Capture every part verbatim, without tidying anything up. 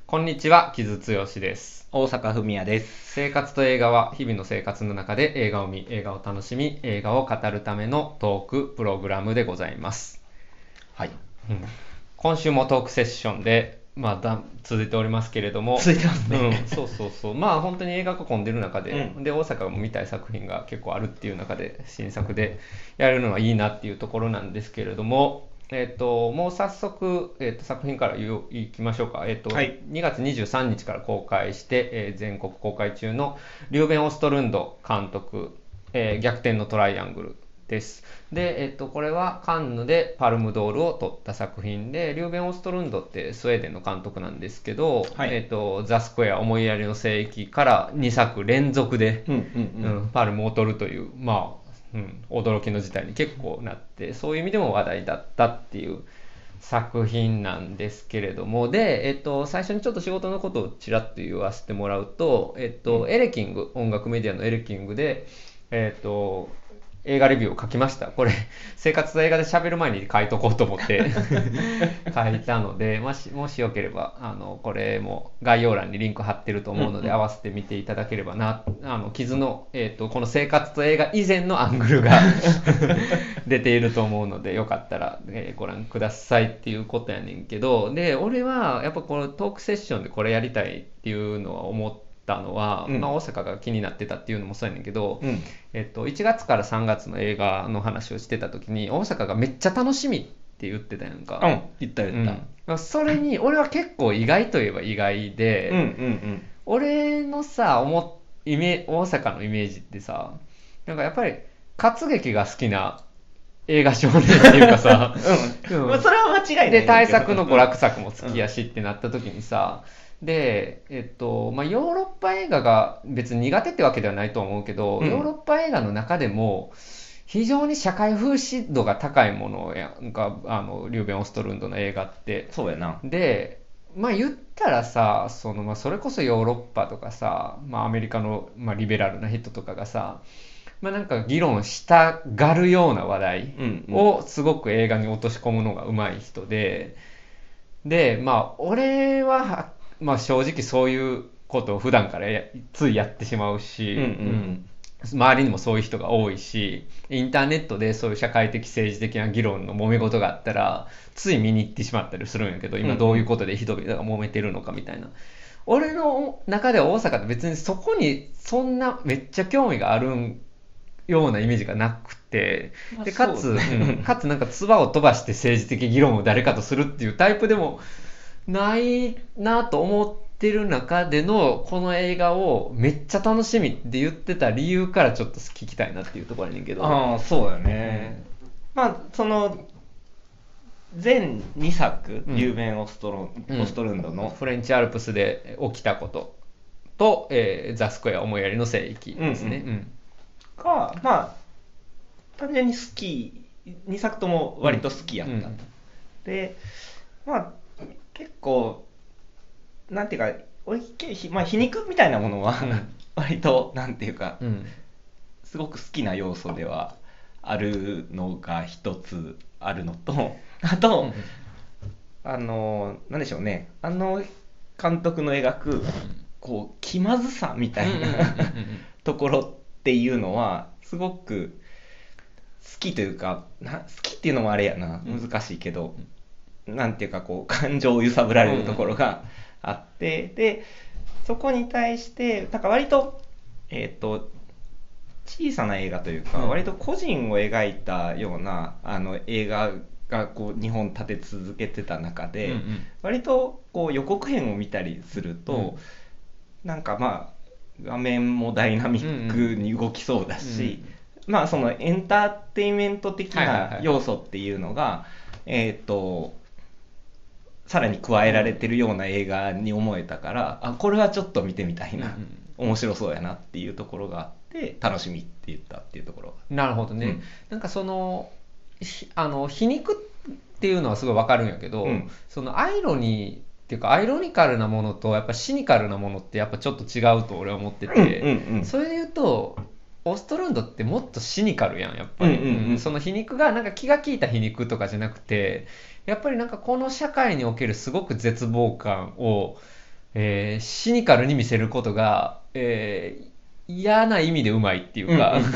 こんにちは、木津剛です。 大阪文也です。 生活と映画は日々の生活の中で映画を見、映画を楽しみ、映画を語るためのトークプログラムでございます。 はい。 うん、今週もトークセッションで、まあ、だ続いておりますけれども、 続いてますね。 うん、そうそうそう。まあ本当に映画が混んでる中で、 うんで大阪も見たい作品が結構あるっていう中で新作でやれるのはいいなっていうところなんですけれども、えっと、もう早速、えっと、作品から言ういきましょうか。えっと、 はい。 にがつにじゅうさんにちから公開して、えー全国公開中のリューベン・オストルンド監督、えー逆転のトライアングルです。で、えっと、これはカンヌでパルムドールを取った作品で、リューベン・オストルンドってスウェーデンの監督なんですけど、 はいえっと、ザ・スクエア思いやりの聖域からにさく連続で、 うんうんうん。 うん、パルムを取るという、まあ、うん、驚きの事態に結構なって、そういう意味でも話題だったっていう作品なんですけれども、で、えっと、最初にちょっと仕事のことをちらっと言わせてもらうと、えっと、 うんエレキング、音楽メディアのエレキングで、えっと、映画レビューを書きました。これ、生活と映画で喋る前に書いとこうと思って書いたので、もし、もしよければ、あの、これも概要欄にリンク貼ってると思うので、 うんうん合わせて見ていただければな、あの、傷の、えっと、この生活と映画以前のアングルが出ていると思うので、よかったら、えーご覧くださいっていうことやねんけど、で、俺は、やっぱこのトークセッションでこれやりたいっていうのは思ったのは、 うんまあ、大阪が気になってたっていうのもそうやねんけど、 うん。 えっと、いちがつからさんがつの映画の話をしてた時に大阪がめっちゃ楽しみって言ってたやんか。 うん。言った言った。 うんまあそれに俺は結構意外といえば意外で、 うんうん俺のさ思イメ大阪のイメージってさ、なんかやっぱり活劇が好きな映画少年っていうかさ、 うん。 うんまあそれは間違いないんだでけど。 大作の娯楽作も好きやしってなった時にさ、で、えっとまあ、ヨーロッパ映画が別に苦手ってわけではないと思うけど、 うんヨーロッパ映画の中でも非常に社会風刺度が高いものやんか、あのリューベン・オストルンドの映画って。 そうやな。 でまあ言ったらさ、そのまあそれこそヨーロッパとかさ、まあ、アメリカの、まあ、リベラルな人とかがさ、まあ、なんか議論したがるような話題うんうん。 をすごく映画に落とし込むのが上手い人で、でまあ俺は、まあ、正直そういうことを普段からやついやってしまうし、 うんうんうん周りにもそういう人が多いし、インターネットでそういう社会的政治的な議論の揉め事があったらつい見に行ってしまったりするんやけど、今どういうことで人々が揉めてるのかみたいな。俺の中では大阪って別にそこにそんなめっちゃ興味があるようなイメージがなくて、 まあでかつ、 そうねうんかつなんか唾を飛ばして政治的議論を誰かとするっていうタイプでもないなと思ってる中でのこの映画をめっちゃ楽しみって言ってた理由からちょっと聞きたいなっていうところやねんけど。 ああ、そうだね。まあ、その、全にさく、 うんリューベン・オストロうんオストルンドの、 フレンチアルプスで起きたことと、えーザ・スクエア思いやりの聖域ですね。 うんうんが、まあ、単純に好き、にさくとも割と好きやった。 うんで、まあ、結構、なんていうか、俺、けひまあ、皮肉みたいなものは、 うん割と、なんていうか、 うんうんすごく好きな要素ではあるのが一つあるのと、あと、 うんあの、なんでしょうね、あの監督の描く、こう、気まずさみたいなところっていうのは、すごく好きというか、な好きっていうのもあれやな、難しいけど、なんていうか、こう、感情を揺さぶられるところがあって、で、そこに対して、なんか割と、えっと、小さな映画というか、 うん割と個人を描いたようなあの映画がこう日本立て続けてた中で、 うんうん割とこう予告編を見たりすると、なんかまあ画面もダイナミックに動きそうだし、まあそのエンターテインメント的はいはいはない要素っていうのが、えっとさらに加えられてるような映画に思えたから、あ、これはちょっと見てみたいな、 うんうん面白そうやなっていうところがあって楽しみって言ったっていうところが。 なるほどね、 うんなんかそのひあの皮肉っていうのはすごいわかるんやけど、 うんそのアイロニーっていうかアイロニカルなものとやっぱシニカルなものってやっぱちょっと違うと俺は思ってて、 うんうんうんそれで言うとオストランドってもっとシニカルやんやっぱり、 うんうんうんその皮肉がなんか気が利いた皮肉とかじゃなくて、やっぱりなんかこの社会におけるすごく絶望感をえーシニカルに見せることが、えー嫌な意味でうまいっていうか、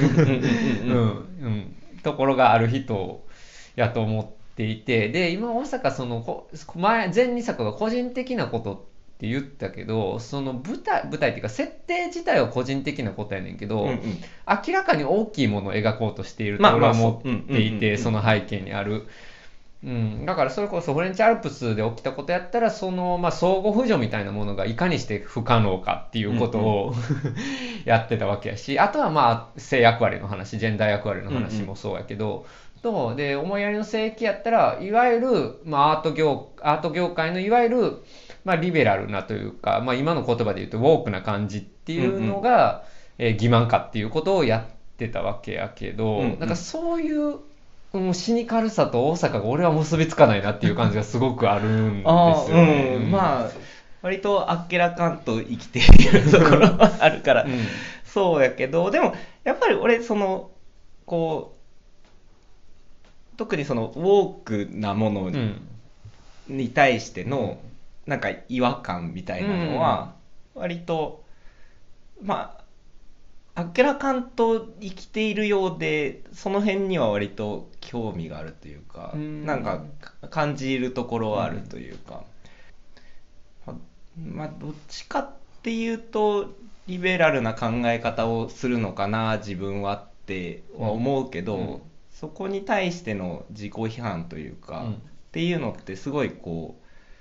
ところがある人やと思っていて、で、今大阪その、こ前、前にさくが個人的なことって言ったけど、その舞台、舞台っていうか設定自体は個人的なことやねんけど、 うんうん明らかに大きいものを描こうとしているとまあまあ俺は思そうっていて、 うんうんうんうんその背景にある。うん、だからそれこそフレンチアルプスで起きたことやったら、その、まあ、相互扶助みたいなものがいかにして不可能かっていうことを、やってたわけやし、あとはまあ性役割の話、ジェンダー役割の話もそうやけど、とで思いやりの聖域やったら、いわゆる、まあ、アート業アート業界のいわゆる、まあ、リベラルなというか、まあ、今の言葉で言うとウォークな感じっていうのが、えー欺瞞かっていうことをやってたわけやけど、 うんうんなんかそういううんシニカルさと大阪が俺は結びつかないなっていう感じがすごくあるんですあよね。 あ、うん、まあ割とあっけらかんと生きているところはあるから、 うんそうやけど、でもやっぱり俺そのこう特にそのウォークなものうんに対してのなんか違和感みたいなのは割とまああっけらかんと生きているようで、その辺には割と興味があるというか、 うんなんか感じるところはあるというか、ままあどっちかっていうとリベラルな考え方をするのかな自分はっては思うけど、 うんそこに対しての自己批判というか、 うんっていうのってすごいこ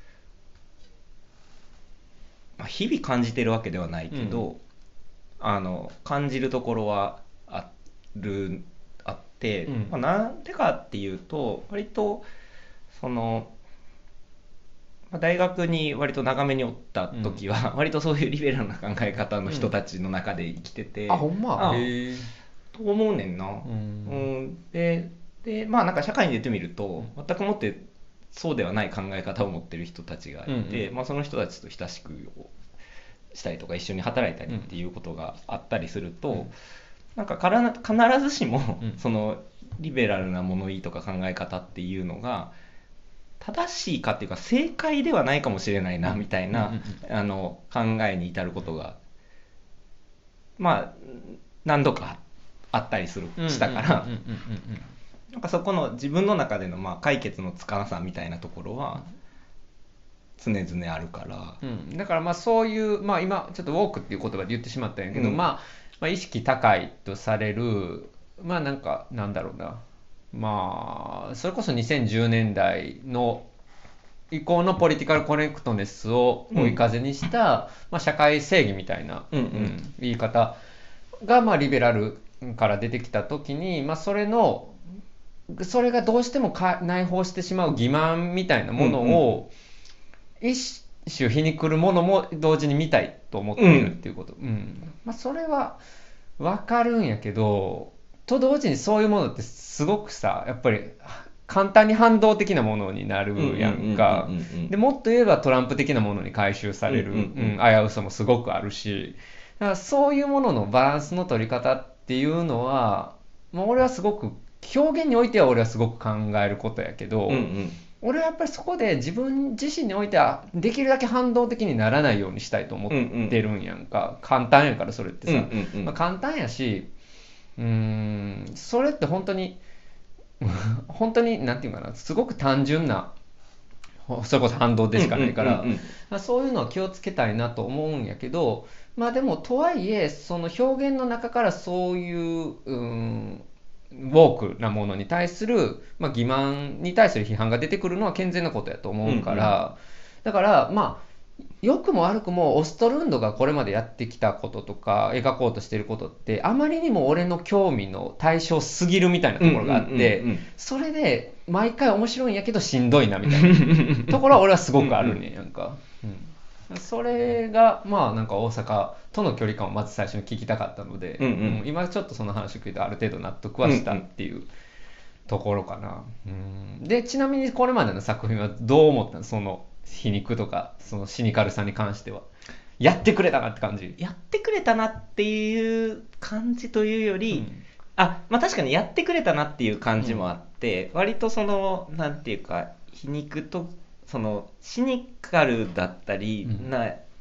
う、まあ、日々感じてるわけではないけど、 うんあの感じるところはあるあって、 うんまあ、なんでかっていうと割とその、まあ、大学に割と長めにおった時は、割とそういうリベラルな考え方の人たちの中で生きてて、 あ、ほんま。 あへえ。 と思うねんな。 ううんんででまあなんか社会に出てみると全くもってそうではない考え方を持ってる人たちがいて、 うんうんまあ、その人たちと親しくしたりとか一緒に働いたりっていうことがあったりすると、 うんなんかからな必ずしも、 うんそのリベラルな物言いとか考え方っていうのが正しいかっていうか正解ではないかもしれないなみたいな、 うんうんあの考えに至ることがまあ何度かあったりするしたからうんうんうんうんなんかそこの自分の中でのまあ解決のつかなさみたいなところは常々あるから、 うんうん、だからまあそういう、まあ、今ちょっとウォークっていう言葉で言ってしまったんやけど、 うんまあ、まあ意識高いとされるまあなんかなんだろうな、まあそれこそにせんじゅうねんだいの以降のポリティカルコネクトネスを追い風にした、まあ、社会正義みたいな、 うんうんうん言い方がまあリベラルから出てきた時に、まあ、それのそれがどうしてもか内包してしまう欺瞞みたいなものを、一種皮肉るものも同時に見たいと思っているっていうこと、うんうんまあ、それは分かるんやけど、と同時にそういうものってすごくさやっぱり簡単に反動的なものになるやんか。 うんうんうんうんうんでもっと言えばトランプ的なものに回収される、 うんうんうんうん危うさもすごくあるし、だからそういうもののバランスの取り方っていうのは、もう俺はすごく表現においては俺はすごく考えることやけど、 うんうん俺はやっぱりそこで自分自身においてはできるだけ反動的にならないようにしたいと思ってるんやんか。簡単やからそれってさ、 うんうんうんまあ、簡単やし、うーんそれって本当に本当になんていうかな、すごく単純なそれこそ反動でしかないから、 うんうんうんうんまあそういうのは気をつけたいなと思うんやけど、まあでもとはいえその表現の中からそういう、うーんウォークなものに対する、まあ、欺瞞に対する批判が出てくるのは健全なことやと思うから、 うんうんだからまあ良くも悪くもオストルンドがこれまでやってきたこととか描こうとしていることってあまりにも俺の興味の対象すぎるみたいなところがあって、 うんうんうんうんそれで毎回面白いんやけどしんどいなみたいなところは俺はすごくあるねんやんか、うん、それがまあなんか大阪との距離感をまず最初に聞きたかったので、 うんうん今ちょっとその話を聞いてある程度納得はしたっていうところかな、うん、でちなみにこれまでの作品はどう思ったの、その皮肉とかそのシニカルさに関しては。やってくれたなって感じ。 やってくれたなっていう感じというより、 うんあ、まあ確かにやってくれたなっていう感じもあって、割とそのなんていうか皮肉とそのシニカルだったり、 うんな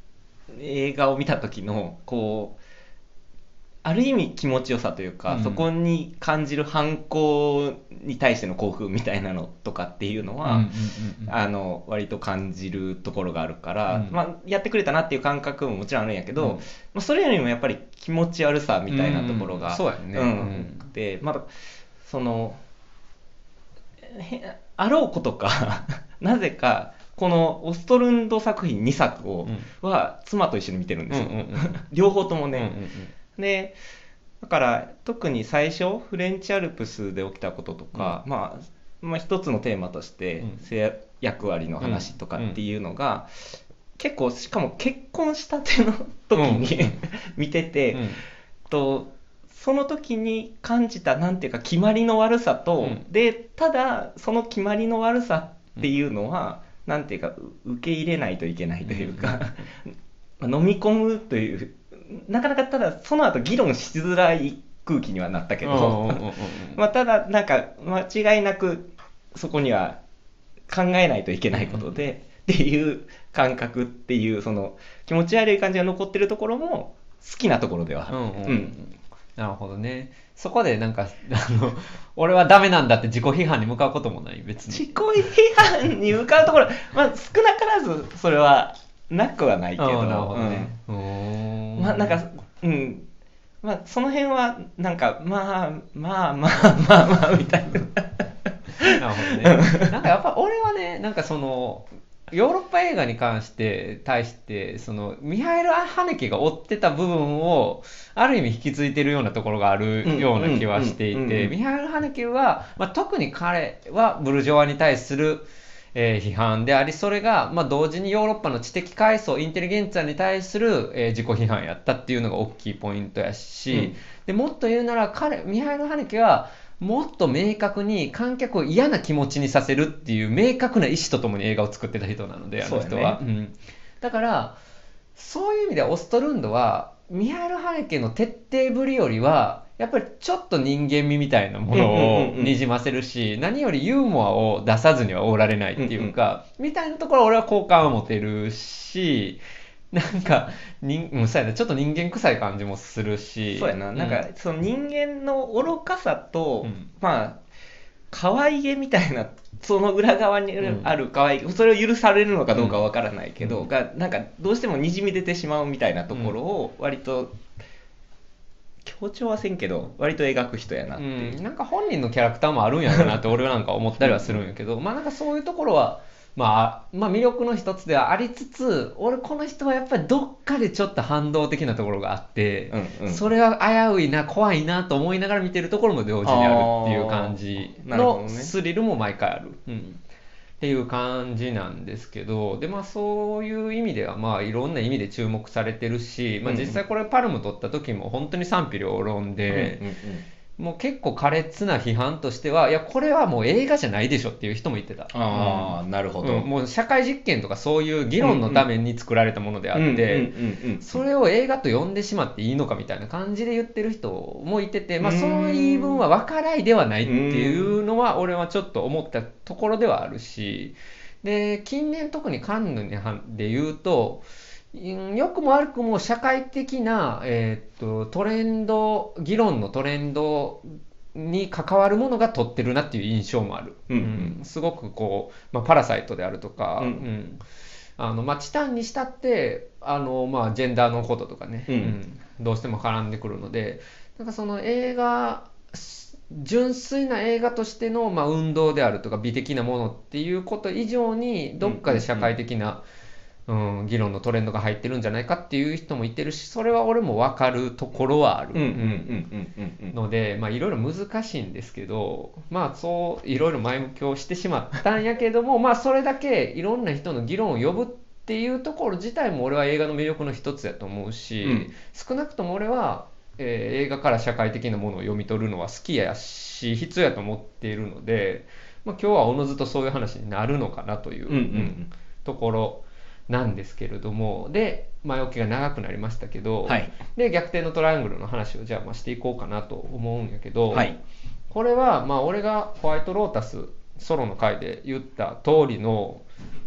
映画を見た時のこうある意味気持ちよさというか、 うんそこに感じる反抗に対しての興奮みたいなのとかっていうのは、 うんうんうんうんあの割と感じるところがあるから、 うんまあ、やってくれたなっていう感覚ももちろんあるんやけど、 うんまあ、それよりもやっぱり気持ち悪さみたいなところが、 うんそうやねんうんでまだそのへあろうことかなぜかこのオストルンド作品にさくを、 うんは妻と一緒に見てるんですよ、 うんうんうん両方ともね、 うんうんうんでだから特に最初フレンチアルプスで起きたこととか、まあ、まあ一つのテーマとしてうん性役割の話とかっていうのが、結構しかも結婚したての時に、 うん見てて、 うんとその時に感じたなんていうか決まりの悪さと、 うんでただその決まりの悪さっていうのは、なんていうかう受け入れないといけないというか、まあ飲み込むというなかなかただその後議論しづらい空気にはなったけど、 うんうんうんうんまあただなんか間違いなくそこには考えないといけないことで、っていう感覚っていうその気持ち悪い感じが残ってるところも好きなところではある。 うんうんうんうんなるほどね。そこでなんかあの俺はダメなんだって自己批判に向かうこともない別に。 自己批判に向かうところ、まあ、少なからずそれはなくはないけど、 ああなるほどね。うーうんんまあなんか、うんまあ、その辺はなんかまあまあまあまあまあみたいな。 なるほどね。なんかやっぱ俺はね、なんかそのヨーロッパ映画に関して対してそのミハエル・ハネケが追ってた部分をある意味引き継いでるようなところがあるような気はしていて、 うんうんうんうんミハエル・ハネケは、まあ、特に彼はブルジョワに対する、えー批判であり、それが、まあ、同時にヨーロッパの知的階層インテリゲンツァに対する、えー自己批判やったっていうのが大きいポイントやし、 うんでもっと言うなら彼ミハエル・ハネケはもっと明確に観客を嫌な気持ちにさせるっていう明確な意思とともに映画を作ってた人なので、あの人は。 そううん、だからそういう意味ではオストルンドはミハエル・ハネケの徹底ぶりよりはやっぱりちょっと人間味みたいなものうんうんをうんうんにじませるし、何よりユーモアを出さずにはおられないっていうか、みたいなところは俺は好感を持てるし、なんか人、うん、そうやな、ちょっと人間臭い感じもするし、 そうやな、なんかその人間の愚かさと、 うんまあ可愛げみたいなその裏側にうんある可愛げ、それを許されるのかどうかわからないけど、 うんがなんかどうしてもにじみ出てしまうみたいなところを割と強調はせんけど割と描く人やなっていうう。 ん、なんか本人のキャラクターもあるんやろうなって俺はなんか思ったりはするんやけど、まあなんかそういうところは、まあ、まあ魅力の一つではありつつ、俺この人はやっぱりどっかでちょっと反動的なところがあって、 うんうんそれは危ういな怖いなと思いながら見てるところも同時にあるっていう感じあーなるほどねのスリルも毎回ある、うん、っていう感じなんですけど、でまあそういう意味ではまあいろんな意味で注目されてるし、まあ、実際これパルム取った時も本当に賛否両論で、 うんうんうんもう結構苛烈な批判としては、いやこれはもう映画じゃないでしょっていう人も言ってた。 ああ、なるほど。 うんもう社会実験とかそういう議論のために作られたものであって、 うんうんうんうんそれを映画と呼んでしまっていいのかみたいな感じで言ってる人もいてて、まあ、その言い分は分からいではないっていうのは俺はちょっと思ったところではあるし、で近年特にカンヌで言うと、うん良くも悪くも社会的な、えーっとトレンド議論のトレンドに関わるものが取ってるなっていう印象もある、 うんうんすごくこう、まあ、パラサイトであるとか、 うんうんあのまあ、チタンにしたってあの、まあ、ジェンダーのこととかね、 うんうんどうしても絡んでくるので、なんかその映画純粋な映画としての、まあ、運動であるとか美的なものっていうこと以上にどっかで社会的な、うん議論のトレンドが入ってるんじゃないかっていう人もいてるし、それは俺も分かるところはある、 うんうんうんうんうんうんので、まあいろいろ難しいんですけど、まあそういろいろ前向きをしてしまったんやけども、まあそれだけいろんな人の議論を呼ぶっていうところ自体も俺は映画の魅力の一つやと思うし、 うん少なくとも俺は、えー映画から社会的なものを読み取るのは好きやし必要やと思っているので、まあ、今日はおのずとそういう話になるのかなという、 うんうんうんところなんですけれども、で前置きが長くなりましたけど、 はいで逆転のトライアングルの話をじゃあまあしていこうかなと思うんやけど、 はいこれはまあ俺がホワイトロータスソロの回で言った通りの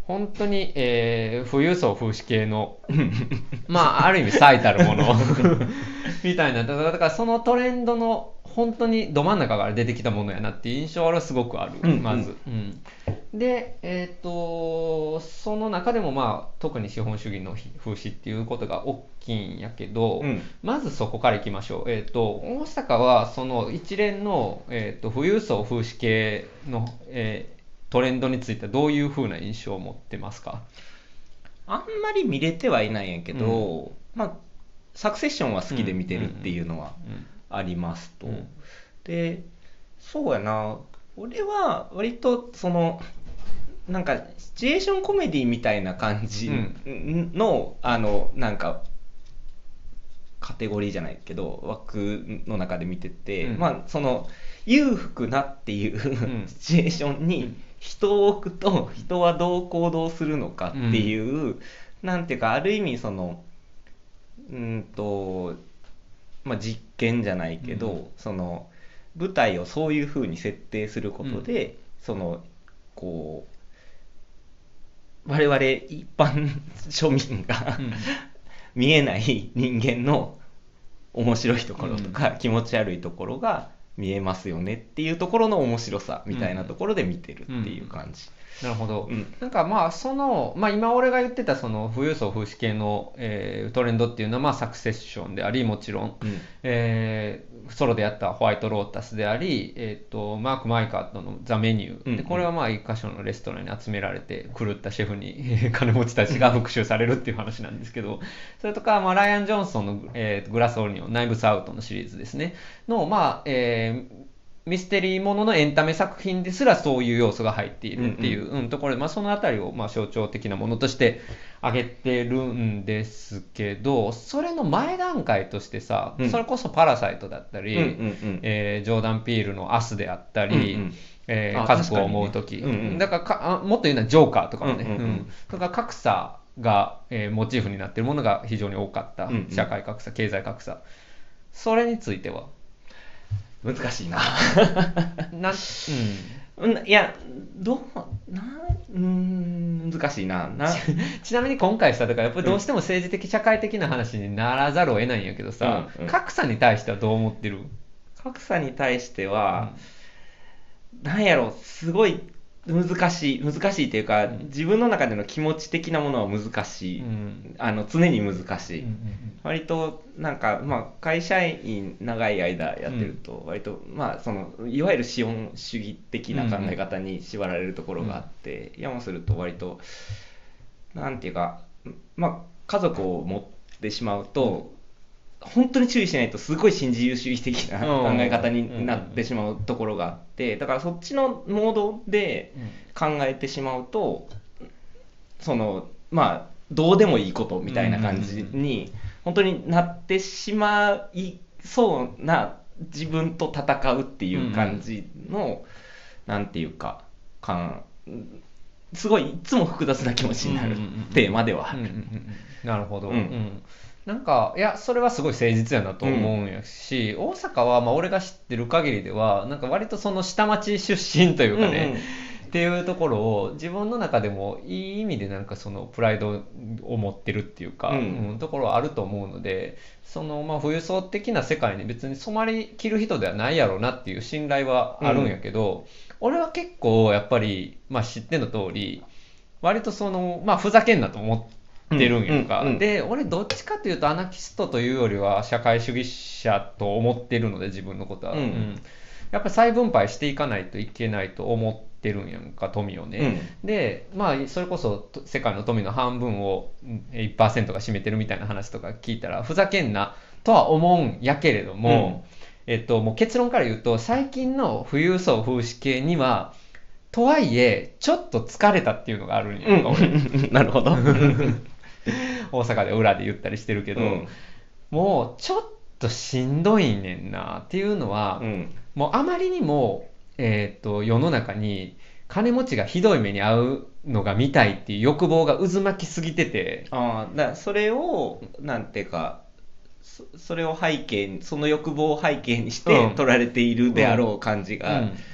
本当に、えー富裕層風刺系のまあある意味最たるものみたいな、だからだからそのトレンドの本当にど真ん中から出てきたものやなっていう印象はすごくある、 うんうんまず、うんで、えっとその中でもまあ特に資本主義の風刺っていうことが大きいんやけど、 うんまずそこからいきましょう。えっと大阪はその一連の、えっと富裕層風刺系の、えートレンドについてはどういう風な印象を持ってますか？ あんまり見れてはいないんやけど、まあサクセッションは好きで見てるっていうのはうんありますと、 うんでそうやな、俺は割とそのなんかシチュエーションコメディみたいな感じの、あのなんかカテゴリーじゃないけど枠の中で見てて、 うんまあその裕福なっていう、 んシチュエーションに人を置くと人はどう行動するのかっていう、なんていうかある意味そのうんとまあ実験じゃないけど、 うんその舞台をそういう風に設定することで、そのこう我々一般庶民が、 うん見えない人間の面白いところとか、気持ち悪いところが見えますよねっていうところの面白さみたいなところで見てるっていう感じ。 なるほど、 うんなんかまあその、まあ、今俺が言ってたその富裕層風刺系の、えートレンドっていうのはまあサクセッションであり、もちろん、 うんえーソロでやったホワイトロータスであり、えー、とマーク・マイカートのザ・メニュー、 うんうんでこれはまあ一箇所のレストランに集められて狂ったシェフにえー金持ちたちが復讐されるっていう話なんですけど、それとか、まあ、ライアン・ジョンソンの、えーグラス・オニオン、ナイブス・アウトのシリーズですねの、まあえーミステリーもののエンタメ作品ですらそういう要素が入っているっていう、うんところで、まあ、そのあたりをまあ象徴的なものとして挙げてるんですけど、それの前段階としてさ、 うんそれこそパラサイトだったり、 うんうんうんえージョーダン・ピールのアスであったり、 うんうんえーあ家族を思うとき、 確かにねうんうんだからかあもっと言うのはジョーカーとかもね、 うんうんうんうんとか格差が、えーモチーフになっているものが非常に多かった、 うんうん社会格差、経済格差、それについては難しいな。 な、 うんいやどうなうーん難しいなな。 ちなみに今回さ、だからやっぱりどうしても政治的、社会的な話にならざるを得ないんやけどさ、 うんうん格差に対してはどう思ってる？ 格差に対しては、なんやろすごい難しい難しいっていうか、自分の中での気持ち的なものは難しい、 うんあの常に難しい、 うんうん割となんか、まあ、会社員長い間やってると割と、まあ、そのいわゆる資本主義的な考え方に縛られるところがあって、やもすると割となんていうか、まあ、家族を持ってしまうと、本当に注意しないとすごい新自由主義的な考え方になってしまうところがあって、だからそっちのモードで考えてしまうと、そのまあどうでもいいことみたいな感じに本当になってしまいそうな自分と戦うっていう感じの、なんていうか感すごいいつも複雑な気持ちになるテーマではある。 うんうんうんうんなるほど、 うんうんなんかいやそれはすごい誠実やなと思うんやし、大阪はまあ俺が知ってる限りではなんか割とその下町出身というかね、 うんうんっていうところを自分の中でもいい意味でなんかそのプライドを持ってるっていうか、 うんうんところはあると思うので、そのまあ富裕層的な世界に別に染まりきる人ではないやろうなっていう信頼はあるんやけど、俺は結構やっぱり、まあ、知っての通り割とそのまあふざけんなと思ってるんやんか、 うんうんうんで俺どっちかというとアナキストというよりは社会主義者と思ってるので自分のことは、 うんやっぱり再分配していかないといけないと思ってるんやんか、富をね、でまあそれこそと世界の富の半分をうん いちパーセント が占めてるみたいな話とか聞いたらふざけんなとは思うんやけれども、えっと、もう結論から言うと最近の富裕層風刺系にはとはいえちょっと疲れたっていうのがあるんやんか、俺うんなるほど。 大阪で裏で言ったりしてるけど、 うんもうちょっとしんどいねんなっていうのは、 うんもうあまりにも、えー、と世の中に金持ちがひどい目に遭うのが見たいっていう欲望が渦巻きすぎてて、 ああ、だからそれをなんていうかそそれを背景にその欲望を背景にしてうん取られているであろう感じがうん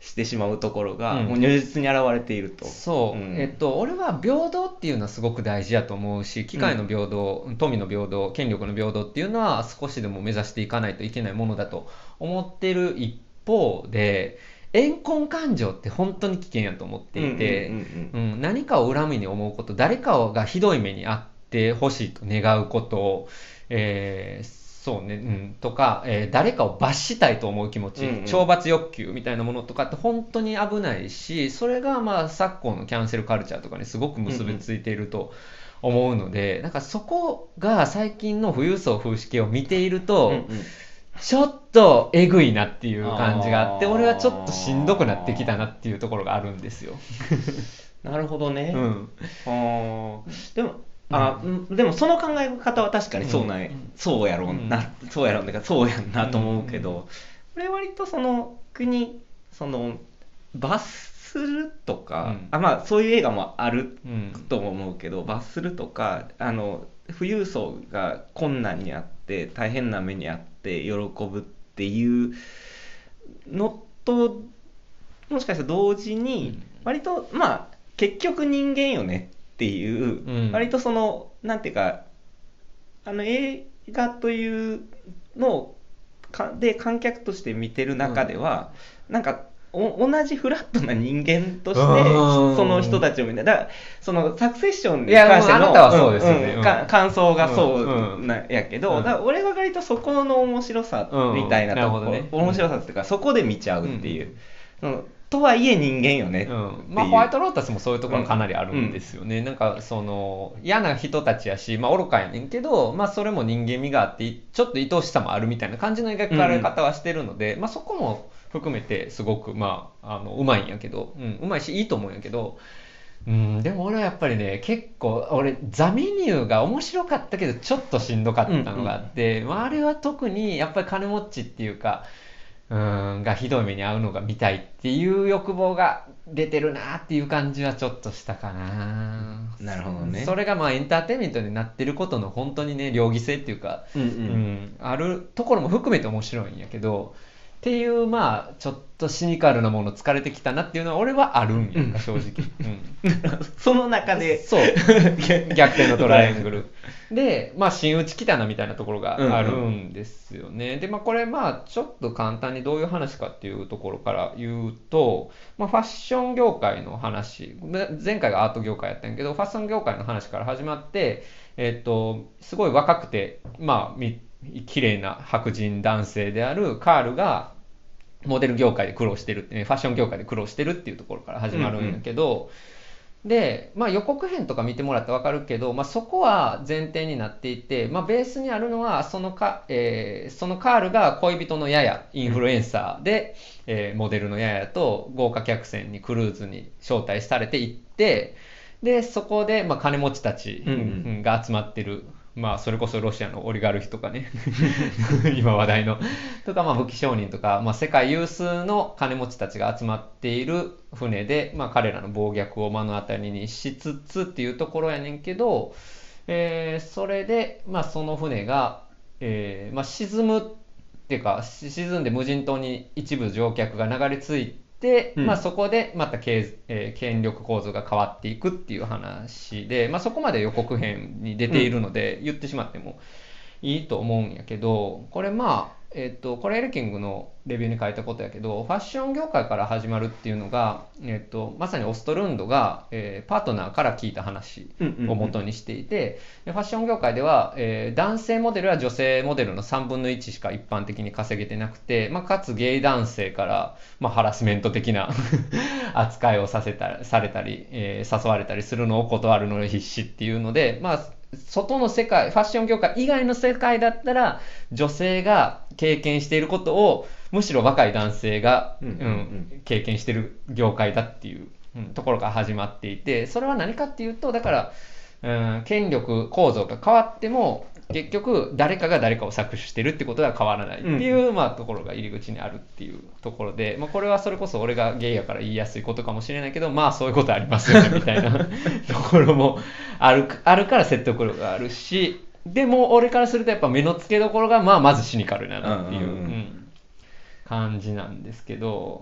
してしまうところが、 うんもう如実に現れていると。 そう、 んえっと、俺は平等っていうのはすごく大事やと思うし、機会の平等、富の平等、権力の平等っていうのは少しでも目指していかないといけないものだと思ってる一方で、怨恨感情って本当に危険やと思っていて、 うんうんうんうん何かを恨みに思うこと、誰かがひどい目に遭ってほしいと願うことを、えーそうね、うん、とか、えー誰かを罰したいと思う気持ち、 うんうん懲罰欲求みたいなものとかって本当に危ないし、それがまあ昨今のキャンセルカルチャーとかにすごく結びついていると思うので、なんかそこが最近の富裕層風刺系を見ていると、 うんうんちょっとえぐいなっていう感じがあって、 あー俺はちょっとしんどくなってきたなっていうところがあるんですよ。 なるほどね。 うんあーでも、あ、うんでもその考え方は確かにそうなんや、 うんそうやろうな、そうやろうな、そうやんなと思うけうんど、俺割とその国、その罰するとか、 うんあまあそういう映画もあるうんとも思うけど、罰するとか、あの富裕層が困難にあって大変な目にあって喜ぶっていうのともしかしたら同時に割とまあ結局人間よねっていう、 うん割とそのなんていうかあの映画というのをかで観客として見てる中では、なんかお同じフラットな人間としてうんその人たちを見て、だからそのサクセッションにいや関してのもうあなたはそうですよねんんうんか感想がそううんなんやけど、 うんだから俺は割とそこの面白さみたいなとこ、 うんなるほどね面白さっていうかそこで見ちゃうっていう、うんとはいえ人間よねっていう、 うんまあ、ホワイトロータスもそういうところかなりあるんですよね、なんかその嫌な人たちやし、まあ、愚かやねんけど、まあ、それも人間味があってちょっと愛おしさもあるみたいな感じの描かれ方はしてるので、まあ、そこも含めてすごく、まあ、あのうまいんやけど、うん、うまいしいいと思うんやけど、うん、でも俺はやっぱりね結構俺ザ・メニューが面白かったけどちょっとしんどかったのがあって、まあ、あれは特にやっぱり金持ちっていうかうーんがひどい目に遭うのが見たいっていう欲望が出てるなっていう感じはちょっとしたかな。 なるほどね。 それがまあエンターテインメントになってることの本当にね両義性っていうか、 うんうんうんあるところも含めて面白いんやけどっていうまあちょっとシニカルなもの疲れてきたなっていうのは俺はあるんやんか正直、うんその中でそう逆転のトライアングルで、まあ、真打ち来たなみたいなところがあるんですよね、で、まあ、これまあちょっと簡単にどういう話かっていうところから言うと、まあ、ファッション業界の話、前回がアート業界やったんやけどファッション業界の話から始まって、えっと、すごい若くてまあみ綺麗な白人男性であるカールがモデル業界で苦労してるって、ね、ファッション業界で苦労してるっていうところから始まるんやけど、で、まあ、予告編とか見てもらったら分かるけど、まあ、そこは前提になっていて、まあ、ベースにあるのはそのか、えーそのカールが恋人のヤヤインフルエンサーで、えーモデルのヤヤと豪華客船にクルーズに招待されて行ってでそこで、まあ、金持ちたちうんうんが集まってる、まあ、それこそロシアのオリガルヒとかね今話題のとか、まあ、武器商人とか、まあ、世界有数の金持ちたちが集まっている船で、まあ、彼らの暴虐を目の当たりにしつつっていうところやねんけど、えーそれで、まあ、その船が、えーまあ、沈むっていうかし沈んで無人島に一部乗客が流れ着いて、 うんまあ、そこでまた経えー権力構造が変わっていくっていう話で、まあ、そこまで予告編に出ているので、言ってしまってもいいと思うんやけど、これまあ、えっと、これエルキングのレビューに書いたことやけど、ファッション業界から始まるっていうのが、えっと、まさにオストルンドが、えーパートナーから聞いた話を元にしていて、でファッション業界では、えー男性モデルは女性モデルのさんぶんのいちしか一般的に稼げてなくて、まあ、かつゲイ男性から、まあ、ハラスメント的な扱いをさせたされたり、えー誘われたりするのを断るのに必死っていうので、まあ外の世界ファッション業界以外の世界だったら女性が経験していることをむしろ若い男性が、 うんうんうんうん経験している業界だっていう、うんところから始まっていて、それは何かっていうとだから、うん、権力構造が変わっても結局誰かが誰かを搾取してるってことは変わらないっていう、まあ、ところが入り口にあるっていうところで、まあ、これはそれこそ俺がゲイやから言いやすいことかもしれないけど、まあそういうことありますよねみたいなところもあるあるから説得力があるし、でも俺からするとやっぱ目の付けどころがまあまずシニカルだなっていう、 うんうんうんうん感じなんですけど、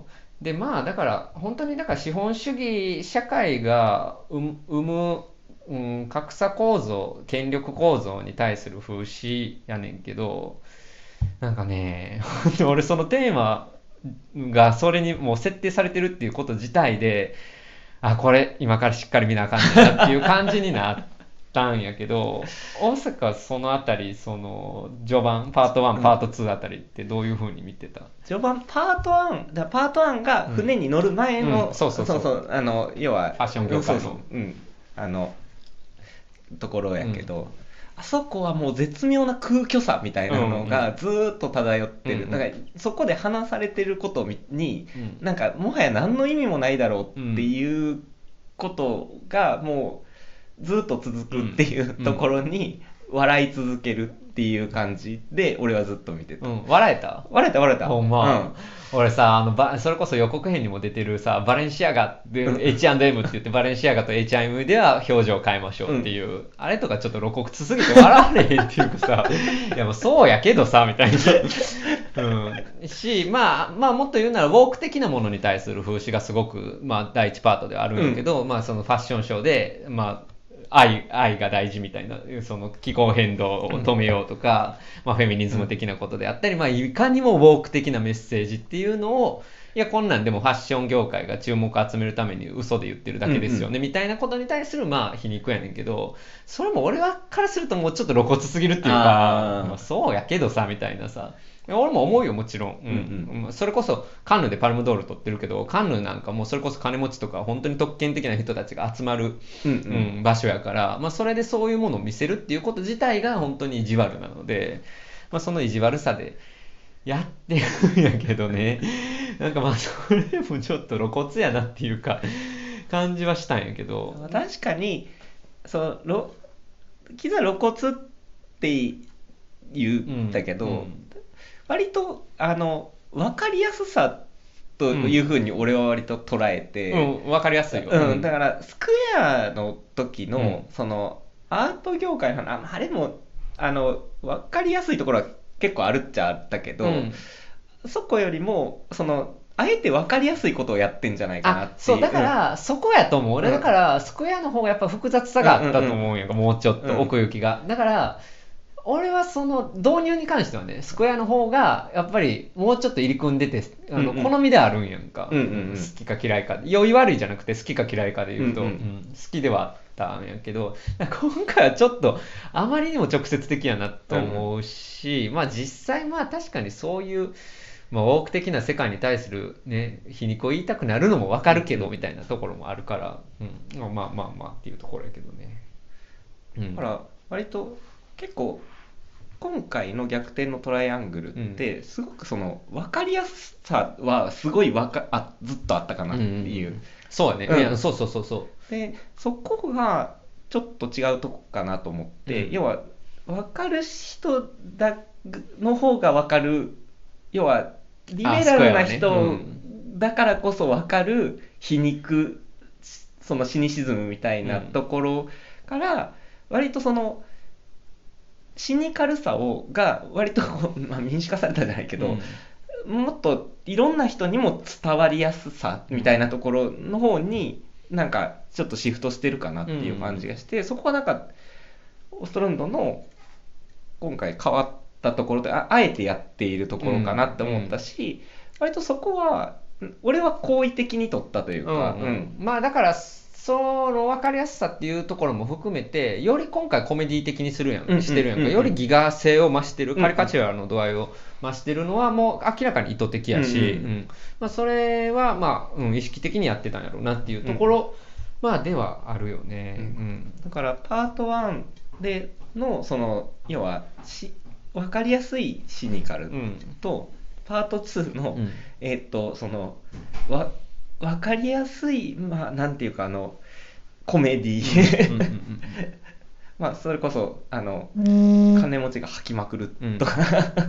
でまあだから本当にだから資本主義社会が生生む、うん、格差構造権力構造に対する風刺やねんけど、なんかね俺そのテーマがそれにもう設定されてるっていうこと自体で、あこれ今からしっかり見なあかんねんなっていう感じになったんやけど、大阪はそのあたり、その序盤パートワンパートツーあたりってどういう風に見てた？ 序盤パートワンだパートワンが船に乗る前の、 うんうん、そうそうそうそうそうあの要はファッション業界の、 そうそう、うん、あのところやけど、うん、あそこはもう絶妙な空虚さみたいなのがずーっと漂ってる、うんうん、だからそこで話されてることに、うん、なんかもはや何の意味もないだろうっていうことがもうずっと続くっていうところに笑い続けるっていう感じで俺はずっと見てた、 うん、笑えた笑えた笑えたほんま、うん、俺さあのばそれこそ予告編にも出てるさバレンシアガで エイチアンドエム って言ってバレンシアガと エイチアンドエム では表情を変えましょうっていう、うん、あれとかちょっと露骨すぎて笑われへんっていうかさいやもうそうやけどさみたいな、うん、しまあまあもっと言うならウォーク的なものに対する風刺がすごくまあ第一パートではあるんやけど、うん、まあそのファッションショーでまあ愛, 愛が大事みたいな、その気候変動を止めようとか、うんまあ、フェミニズム的なことであったり、まあ、いかにもウォーク的なメッセージっていうのを、いやこんなんでもファッション業界が注目を集めるために嘘で言ってるだけですよね、うんうん、みたいなことに対するまあ皮肉やねんけど、それも俺はからするともうちょっと露骨すぎるっていうか、まあ、そうやけどさみたいなさ、俺も思うよもちろん、うんうん、それこそカンヌでパルムドール取ってるけど、カンヌなんかもうそれこそ金持ちとか本当に特権的な人たちが集まる、うんうんうん、場所やから、まあ、それでそういうものを見せるっていうこと自体が本当に意地悪なので、まあ、その意地悪さでやってるんやけどね、なんかまあそれもちょっと露骨やなっていうか感じはしたんやけど、 確かにそうキザ露骨って言ったけど、うんうん割とあの分かりやすさというふうに俺は割と捉えて、 うんうん、分かりやすいよ、 うん、だからスクエアの時の、うん、そのアート業界のあれもあの分かりやすいところは結構あるっちゃあったけど、うん、そこよりもそのあえて分かりやすいことをやってんじゃないかなっていう。 そうだから、うん、そこやと思う俺、だからスクエアの方がやっぱ複雑さがあったと思うんやんか、うんうんうん、もうちょっと奥行きが、だから俺はその導入に関してはね、スクエアの方がやっぱりもうちょっと入り組んでて、あの、うんうん、好みであるんやんか、うんうんうん、好きか嫌いか、良い悪いじゃなくて好きか嫌いかで言うと、うんうんうん、好きではあったんやけど、今回はちょっとあまりにも直接的やなと思うし、うんうん、まあ実際まあ確かにそういう、まあ、ウォーク的な世界に対するね皮肉を言いたくなるのもわかるけど、うんうん、みたいなところもあるから、うん、まあまあまあまあっていうところやけどね、 うん、だから割と結構今回の逆転のトライアングルってすごくその分かりやすさはすごいわかあずっとあったかなっていう、うんうん、 そうね、うん、いやそうそうそうそうでそこがちょっと違うとこかなと思って、うん、要は分かる人だの方が分かる、要はリベラルな人だからこそ分かる皮肉、そのシニシズムみたいなところから割とそのシニカルさをが割とこう、まあ、民主化されたじゃないけど、うん、もっといろんな人にも伝わりやすさみたいなところの方になんかちょっとシフトしてるかなっていう感じがして、うん、そこはなんかオーストランドの今回変わったところで あ, あえてやっているところかなって思ったし、うんうん、割とそこは俺は好意的に取ったというか、うんうんうん、まあだからその分かりやすさっていうところも含めてより今回コメディ的にするやん、うんうんうんうん、してるやんか、よりギガ性を増してる、カリカチュアの度合いを増してるのはもう明らかに意図的やし、うんうんうんまあ、それはまあ、うん、意識的にやってたんやろうなっていうところ、うん、まあではあるよね、うんうん、 だからパートワンでのその要はし分かりやすいシニカルと、うん、パートツーの、うん、えー、っとそのわ分かりやすい、まあ、なんていうかあのコメディうんうん、うん、まあそれこそあの金持ちが吐きまくるとか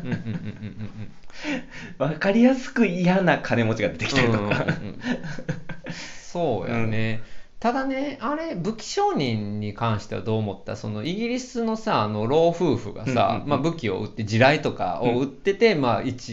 分かりやすく嫌な金持ちが出てきたりとか、うんうんうん、 そうやね、うん、ただねあれ武器商人に関してはどう思った？そのイギリスのさあの老夫婦がさ、うんうんうんまあ、武器を売って地雷とかを売ってて、うんまあ一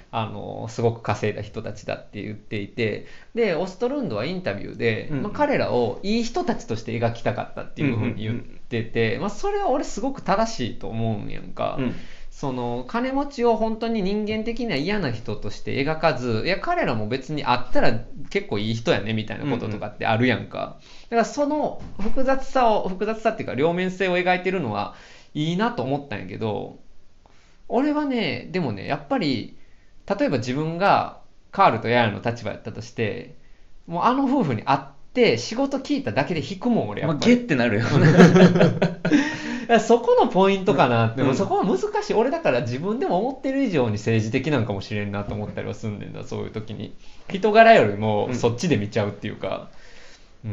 あのすごく稼いだ人たちだって言っていて、でオストルンドはインタビューで、 うんまあ、彼らをいい人たちとして描きたかったっていうふうに言ってて、まあ、それは俺すごく正しいと思うんやんか、 うんその金持ちを本当に人間的には嫌な人として描かず、いや彼らも別に会ったら結構いい人やねみたいなこととかってあるやんか、だからその複雑さを複雑さっていうか両面性を描いてるのはいいなと思ったんやけど、俺はねでもねやっぱり例えば自分がカールとヤヤの立場やったとして、もうあの夫婦に会って仕事聞いただけで引くもん俺やまあ、 っぱり、 ゲってなるよいやそこのポイントかなって、 うんでもそこは難しい。俺だから自分でも思ってる以上に政治的なんかもしれんなと思ったりはすんねんだ、そういう時に人柄よりもそっちで見ちゃうっていうか、うん、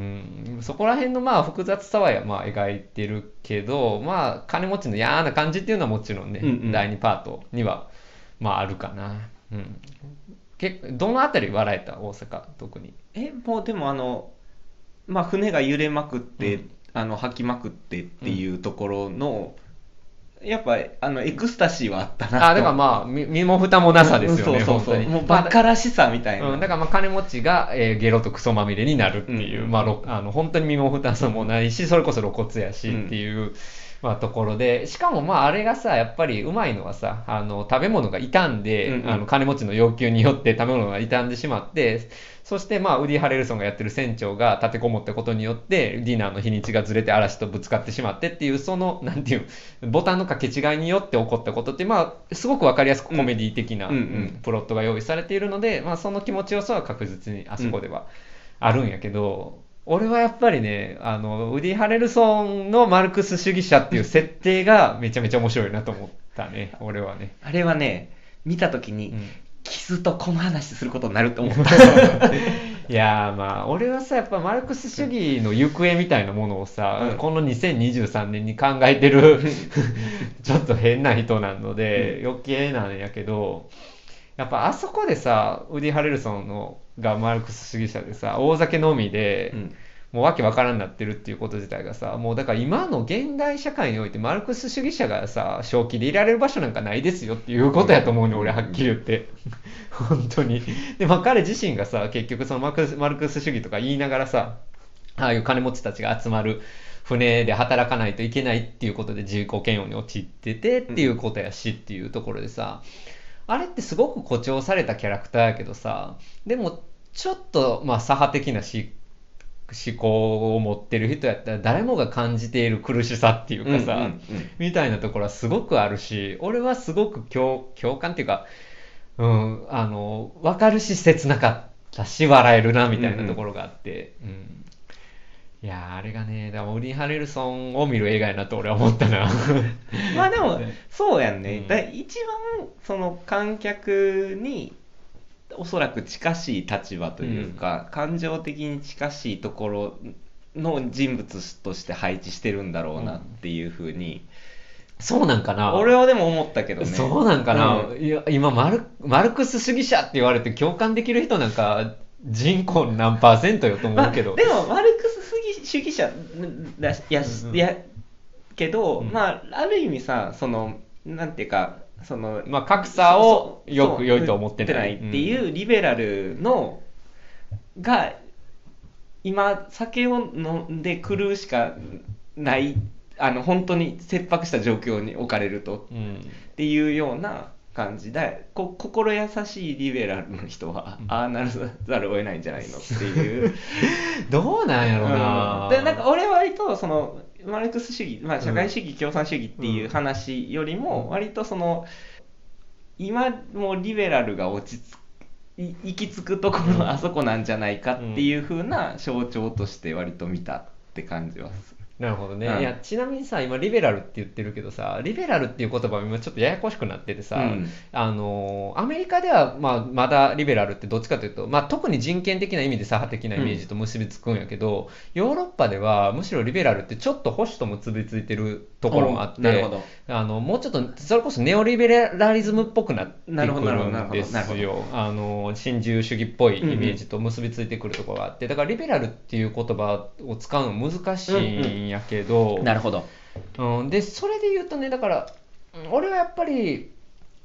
そこら辺のまあ複雑さはまあ描いてるけど、まあ金持ちの嫌な感じっていうのはもちろんね、 うんうん、 だいにパートにはまああるかな、うん、結構どのあたり笑えた大阪特に。 えもうでもあのまあ船が揺れまくって、 うんあの吐きまくってっていうところの、うん、やっぱあのエクスタシーはあったなと。 あだからまあ身も蓋もなさですよね、 うん、そうそうそう、 本当にもうバカらしさみたいな、 うん、だからまあ金持ちが、えーゲロとクソまみれになるっていう、 うんまあ、ろあの本当に身も蓋さもないし、それこそ露骨やしっていう、うんまあ、ところで、しかもまああれがさやっぱりうまいのはさ、あの食べ物が傷んで、 うんうん、 あの金持ちの要求によって食べ物が傷んでしまって、そしてまあウディ・ハレルソンがやってる船長が立てこもったことによってディナーの日にちがずれて嵐とぶつかってしまってっていう、そのなんていうボタンの掛け違いによって起こったことって、まあすごく分かりやすくコメディ的な、 うんうんうんうんプロットが用意されているので、まあ、その気持ちよさは確実にあそこではあるんやけど、うん、俺はやっぱりねあのウディ・ハレルソンのマルクス主義者っていう設定がめちゃめちゃ面白いなと思ったね俺はね。 あれはね見た時に、うんキスとこの話することになると思ったいやーまあ俺はさやっぱマルクス主義の行方みたいなものをさ、うん、このにせんにじゅうさんねんに考えてるちょっと変な人なので、うん、余計なんやけど、やっぱあそこでさウディ・ハレルソンのがマルクス主義者でさ大酒飲みで、うんもうわけわからんなってるっていうこと自体がさ、もうだから今の現代社会においてマルクス主義者がさ正気でいられる場所なんかないですよっていうことやと思うね、うん、俺はっきり言って本当に。でまあ彼自身がさ結局そのマルクス、マルクス主義とか言いながらさ、ああいう金持ちたちが集まる船で働かないといけないっていうことで自己嫌悪に陥っててっていうことやしっていうところでさ、あれってすごく誇張されたキャラクターやけどさ、でもちょっとまあ左派的なし思考を持ってる人やったら誰もが感じている苦しさっていうかさ、うんうんうん、みたいなところはすごくあるし、俺はすごく 共, 共感っていうか、うん、あの分かるし切なかったし笑えるなみたいなところがあって、うんうん、いやあれがねだからウディ・ハレルソンを見る映画やなと俺は思ったなまあでもそうやんね、うん、だ一番その観客におそらく近しい立場というか、うん、感情的に近しいところの人物として配置してるんだろうなっていうふうに、うん、 そうなんかな。 俺はでも思ったけどね。 そうなんかな、 うん、 いや今マルマルクス主義者って言われて共感できる人なんか人口何パーセントよと思うけど、 まあ、でもマルクス主義者だや、うんうん、やけど、うん、まあある意味さそのなんていうかそのまあ、格差をよく良いと思ってないっていうリベラルのが今酒を飲んで狂うしかないあの本当に切迫した状況に置かれると、うん、っていうような感じでこ心優しいリベラルの人は、うん、ああならざるを得ないんじゃないのっていうどうなんやろうな、 うん、でなんか俺は割とそのマルクス主義、まあ、社会主義、うん、共産主義っていう話よりも割とその今もリベラルが落ち着く行き着くところはあそこなんじゃないかっていう風な象徴として割と見たって感じはする。 なるほどね、 うん、 いやちなみにさ今リベラルって言ってるけどさリベラルっていう言葉も今ちょっとややこしくなっててさ、うん、あのアメリカでは、まあ、まだリベラルってどっちかというと、まあ、特に人権的な意味で左派的なイメージと結びつくんやけど、うん、ヨーロッパではむしろリベラルってちょっと保守と結びついてるところもあって、 なるほどあのもうちょっとそれこそネオリベラリズムっぽくなってくるんですよ。あの新自由主義っぽいイメージと結びついてくるところがあって、だからリベラルっていう言葉を使うの難しいんやけど、 うんうんなるほど、 うん、でそれで言うとねだから俺はやっぱり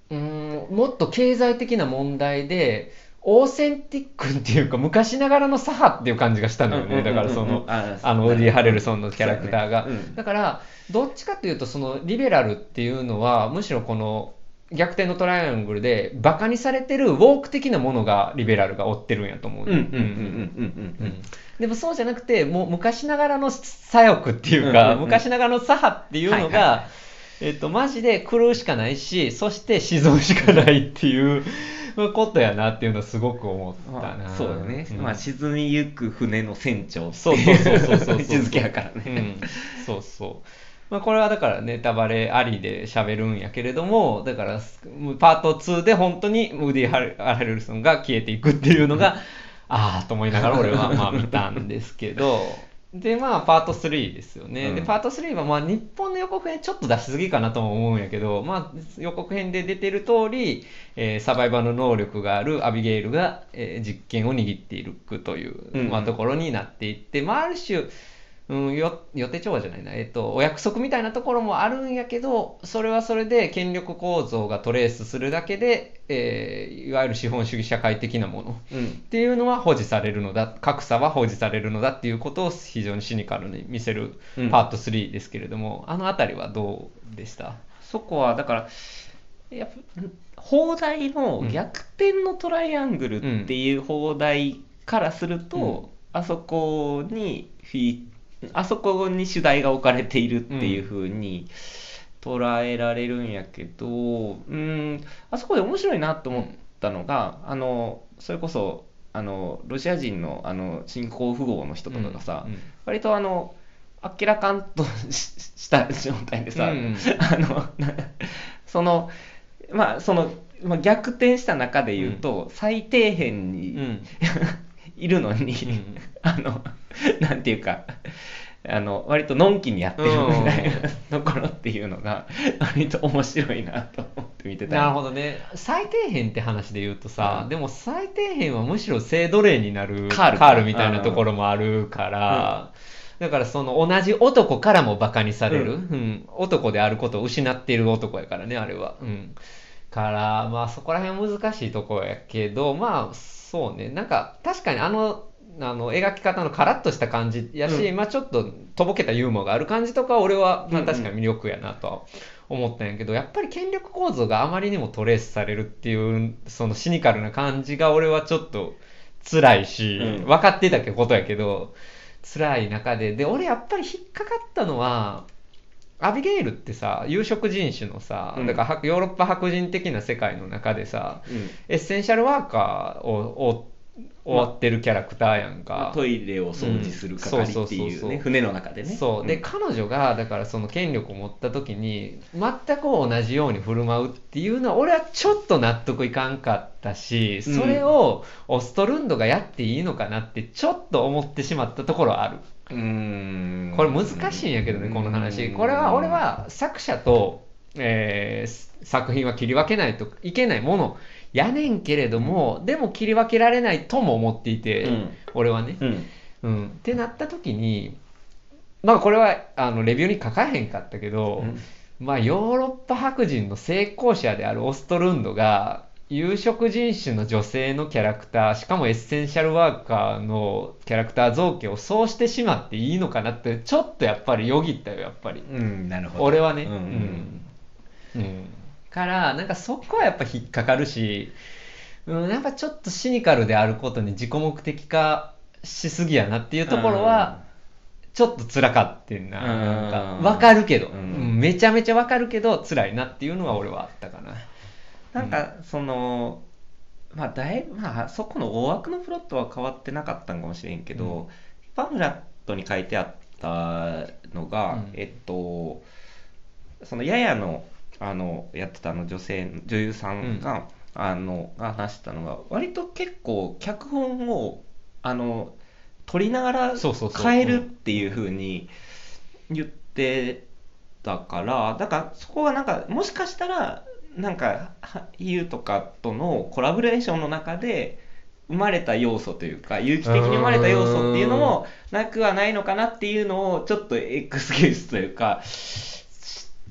うーんもっと経済的な問題でオーセンティックっていうか昔ながらの左派っていう感じがしたのよね。だからそのあのウディ・ハレルソンのキャラクターが、 そうやねうんだからどっちかというとそのリベラルっていうのはむしろこの逆転のトライアングルでバカにされてるウォーク的なものがリベラルが追ってるんやと思うね。 うんうんうんうんうんうんうんでもそうじゃなくてもう昔ながらの左翼っていうか、 うんうんうん昔ながらの左派っていうのが、 はいはいはいえっと、マジで狂うしかないし、そして沈むしかないっていうことやなっていうのはすごく思ったな。 まあ、そうだね、 んまあ、沈みゆく船の船長ってそうそうそうそうそうそう位置づけやからね、 うん、そうそう。まあ、これはだからネタバレありで喋るんやけれども、だからパートツーで本当にウディ・ハレルソンが消えていくっていうのが、ああと思いながら俺はまあ見たんですけど、でまあパートスリーですよね。 うんでパートスリーはまあ日本の予告編ちょっと出しすぎかなとも思うんやけど、まあ予告編で出てる通り、えーサバイバルの能力があるアビゲイルが、えー実権を握っていくという、 うんまあ、ところになっていって、まあある種うん、よ予定調和じゃないな、えっと、お約束みたいなところもあるんやけど、それはそれで権力構造がトレースするだけで、えーいわゆる資本主義社会的なものうんっていうのは保持されるのだ、格差は保持されるのだっていうことを非常にシニカルに見せるうんパートスリーですけれども、あのあたりはどうでした？ そこはだからやっぱ放題の逆転のトライアングルっていう放題からすると、 うんあそこにフィあそこに主題が置かれているっていう風に捉えられるんやけど、うーんあそこで面白いなと思ったのが、あのそれこそあのロシア人のあの新興富豪の人とかがさ、 うんうん割とあのあっけらかんとしした状態でさ、 うんうんあのなそのまあその、まあ、逆転した中で言うと、最底辺に、 うんいるのに、 うんあのなんていうかあの割とのんきにやってるみたいなところっていうのが割と面白いなと思って見てた。 なるほどね。最底辺って話で言うとさ、 うんでも最底辺はむしろ性奴隷になるカールみたいなところもあるから、だからその同じ男からもバカにされる、 ううん男であることを失っている男やからね、あれは。うんからまあそこら辺は難しいところやけど、まあそうね、なんか確かにあのあの描き方のカラッとした感じやし、 うんまあちょっととぼけたユーモアがある感じとかは俺は、まあ、 うんうん確かに魅力やなとは思ったんやけど、やっぱり権力構造があまりにもトレースされるっていうそのシニカルな感じが俺はちょっと辛いし、 うん分かってたことやけど辛い中で、で俺やっぱり引っかかったのはアビゲイルってさ有色人種のさ、 うんだからヨーロッパ白人的な世界の中でさ、 うんエッセンシャルワーカーを追ってるキャラクターやんか、 トイレを掃除する係ってうんそうそうそうそういうね、船の中でね。 そうで、 ん彼女がだからその権力を持った時に全く同じように振る舞うっていうのは俺はちょっと納得いかんかったし、それをオストルンドがやっていいのかなってちょっと思ってしまったところはある。 うーんこれ難しいんやけどね、この話。これは俺は作者と、えー作品は切り分けないといけないものやねんけれども、でも切り分けられないとも思っていて、 うん俺はね。 うんうん、ってなった時に、まあこれはあのレビューに書かへんかったけど、まあヨーロッパ白人の成功者であるオストルンドが有色人種の女性のキャラクター、しかもエッセンシャルワーカーのキャラクター造形をそうしてしまっていいのかなってちょっとやっぱりよぎったよ、やっぱり。 うんなるほど。 俺はね。 うんうんうんからなんかそこはやっぱ引っかかるし、うん、やっぱちょっとシニカルであることに自己目的化しすぎやなっていうところはちょっと辛かってんな。なんかわかるけど、 うんうんめちゃめちゃわかるけど辛いなっていうのは俺はあったかな。 なんかその、まあだいぶまあそこの大枠のプロットは変わってなかったんかもしれんけど、 うんパンフレットに書いてあったのが、 うんえっとそのややのあのやってたあの女性女優さんが、あのが話してたのが割と結構脚本をあの取りながらそうそうそう変えるっていう風に言ってたからだからそこがなんかもしかしたらなんか俳優とかとのコラボレーションの中で生まれた要素というか有機的に生まれた要素っていうのもなくはないのかなっていうのをちょっとエクスキューズというかと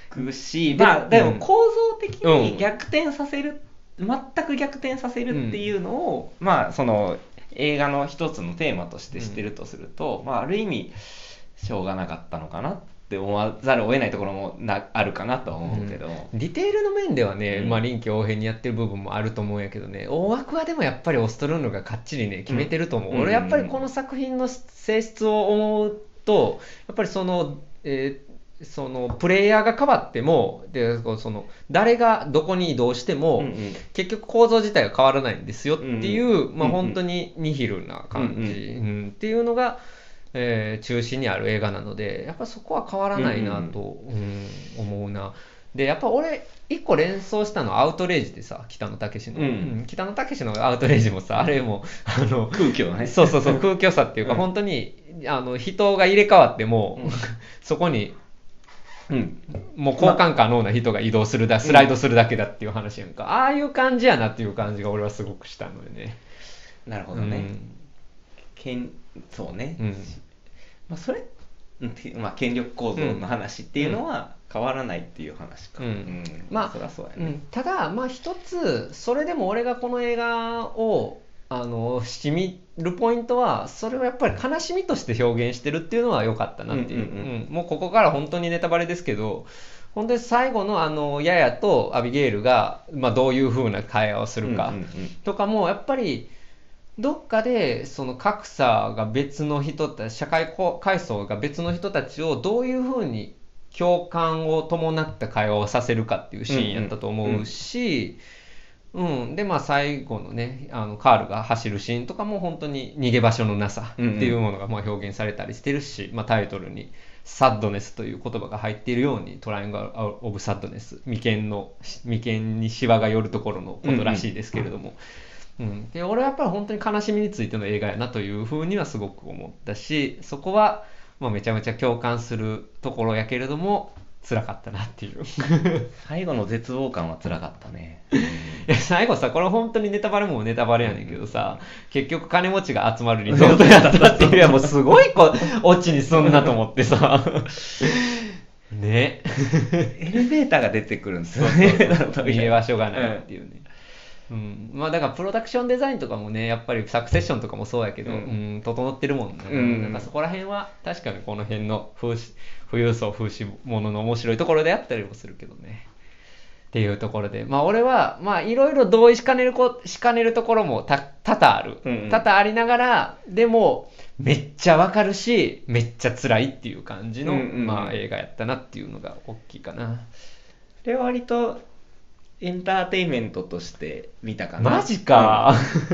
くし、 でまあでうんも構造的うんに逆転させる、全く逆転させるっていうのを、まあその映画の一つのテーマとしてしてるとすると、まあある意味しょうがなかったのかなって思わざるを得ないところもなあるかなとは思うけど、 ディテールの面ではね、 うんまあ、臨機応変にやってる部分もあると思うんやけどね、大枠はでもやっぱりオストルンドがかっちりね決めてると思う、 うん俺やっぱりこの作品の性質を思うと、やっぱりその、えーそのプレイヤーが変わってもでこうその誰がどこに移動しても、 うんうん結局構造自体が変わらないんですよっていう、まあ、 うんうん本当にニヒルな感じ、うんっていうのが、えー中心にある映画なので、やっぱそこは変わらないなと、うん思うな。でやっぱ俺一個連想したのはアウトレイジでさ、北野武の、 うんうん北野武のアウトレイジもさ、あれもあの空虚ね。 そうそうそう空虚さっていうか、 うん本当にあの人が入れ替わっても、 うんそこにうんもう交換可能な人が移動するだ、スライドするだけだっていう話やんか、ああいう感じやなっていう感じが俺はすごくしたのよね。 なるほどね。けんそうね。 うんうんまあ、それ、うんてまあ、権力構造の話っていうのは変わらないっていう話か。 うんまあそりゃそうやね。 うん、ただまあ一つそれでも俺がこの映画をあのしみるポイントは、それをやっぱり悲しみとして表現してるっていうのは良かったなっていう、 うんうんうんうんもうここから本当にネタバレですけど、本当に最後のあのヤヤとアビゲイルが、まあ、どういう風な会話をするかうんうんうんとかもやっぱりどっかでその格差が別の人たち、社会階層が別の人たちをどういう風に共感を伴った会話をさせるかっていうシーンやったと思うし、うんでまあ最後のね、あのカールが走るシーンとかも本当に逃げ場所のなさっていうものがまあ表現されたりしてるし、まあ、タイトルにサッドネスという言葉が入っているように、トライアングル・オブ・サッドネス、眉間の眉間にシワが寄るところのことらしいですけれども、うん、で俺はやっぱり本当に悲しみについての映画やなというふうにはすごく思ったし、そこはまあめちゃめちゃ共感するところやけれども辛かったなっていう最後の絶望感は辛かったね。 いや最後さ、これ本当にネタバレもネタバレやねんけどさ、結局金持ちが集まるリゾートやったっていう、いやもうすごいこオチにすんなと思ってさねエレベーターが出てくるんですよね。 逃げ場所がないっていうね、うん、まあだからプロダクションデザインとかもね、やっぱりサクセッションとかもそうやけど、 ううんん整ってるもんな、 うんなんかそこら辺は確かにこの辺の風刺富裕層風刺ものの面白いところであったりもするけどねっていうところで、まあ俺はまあいろいろ同意しかねるこしかねるところもた多々ある、 うんうん多々ありながら、でもめっちゃわかるしめっちゃ辛いっていう感じの、 うんうんうんまあ映画やったなっていうのが大きいかな。 これは割とエンターテインメントとして見たかな。 マジか、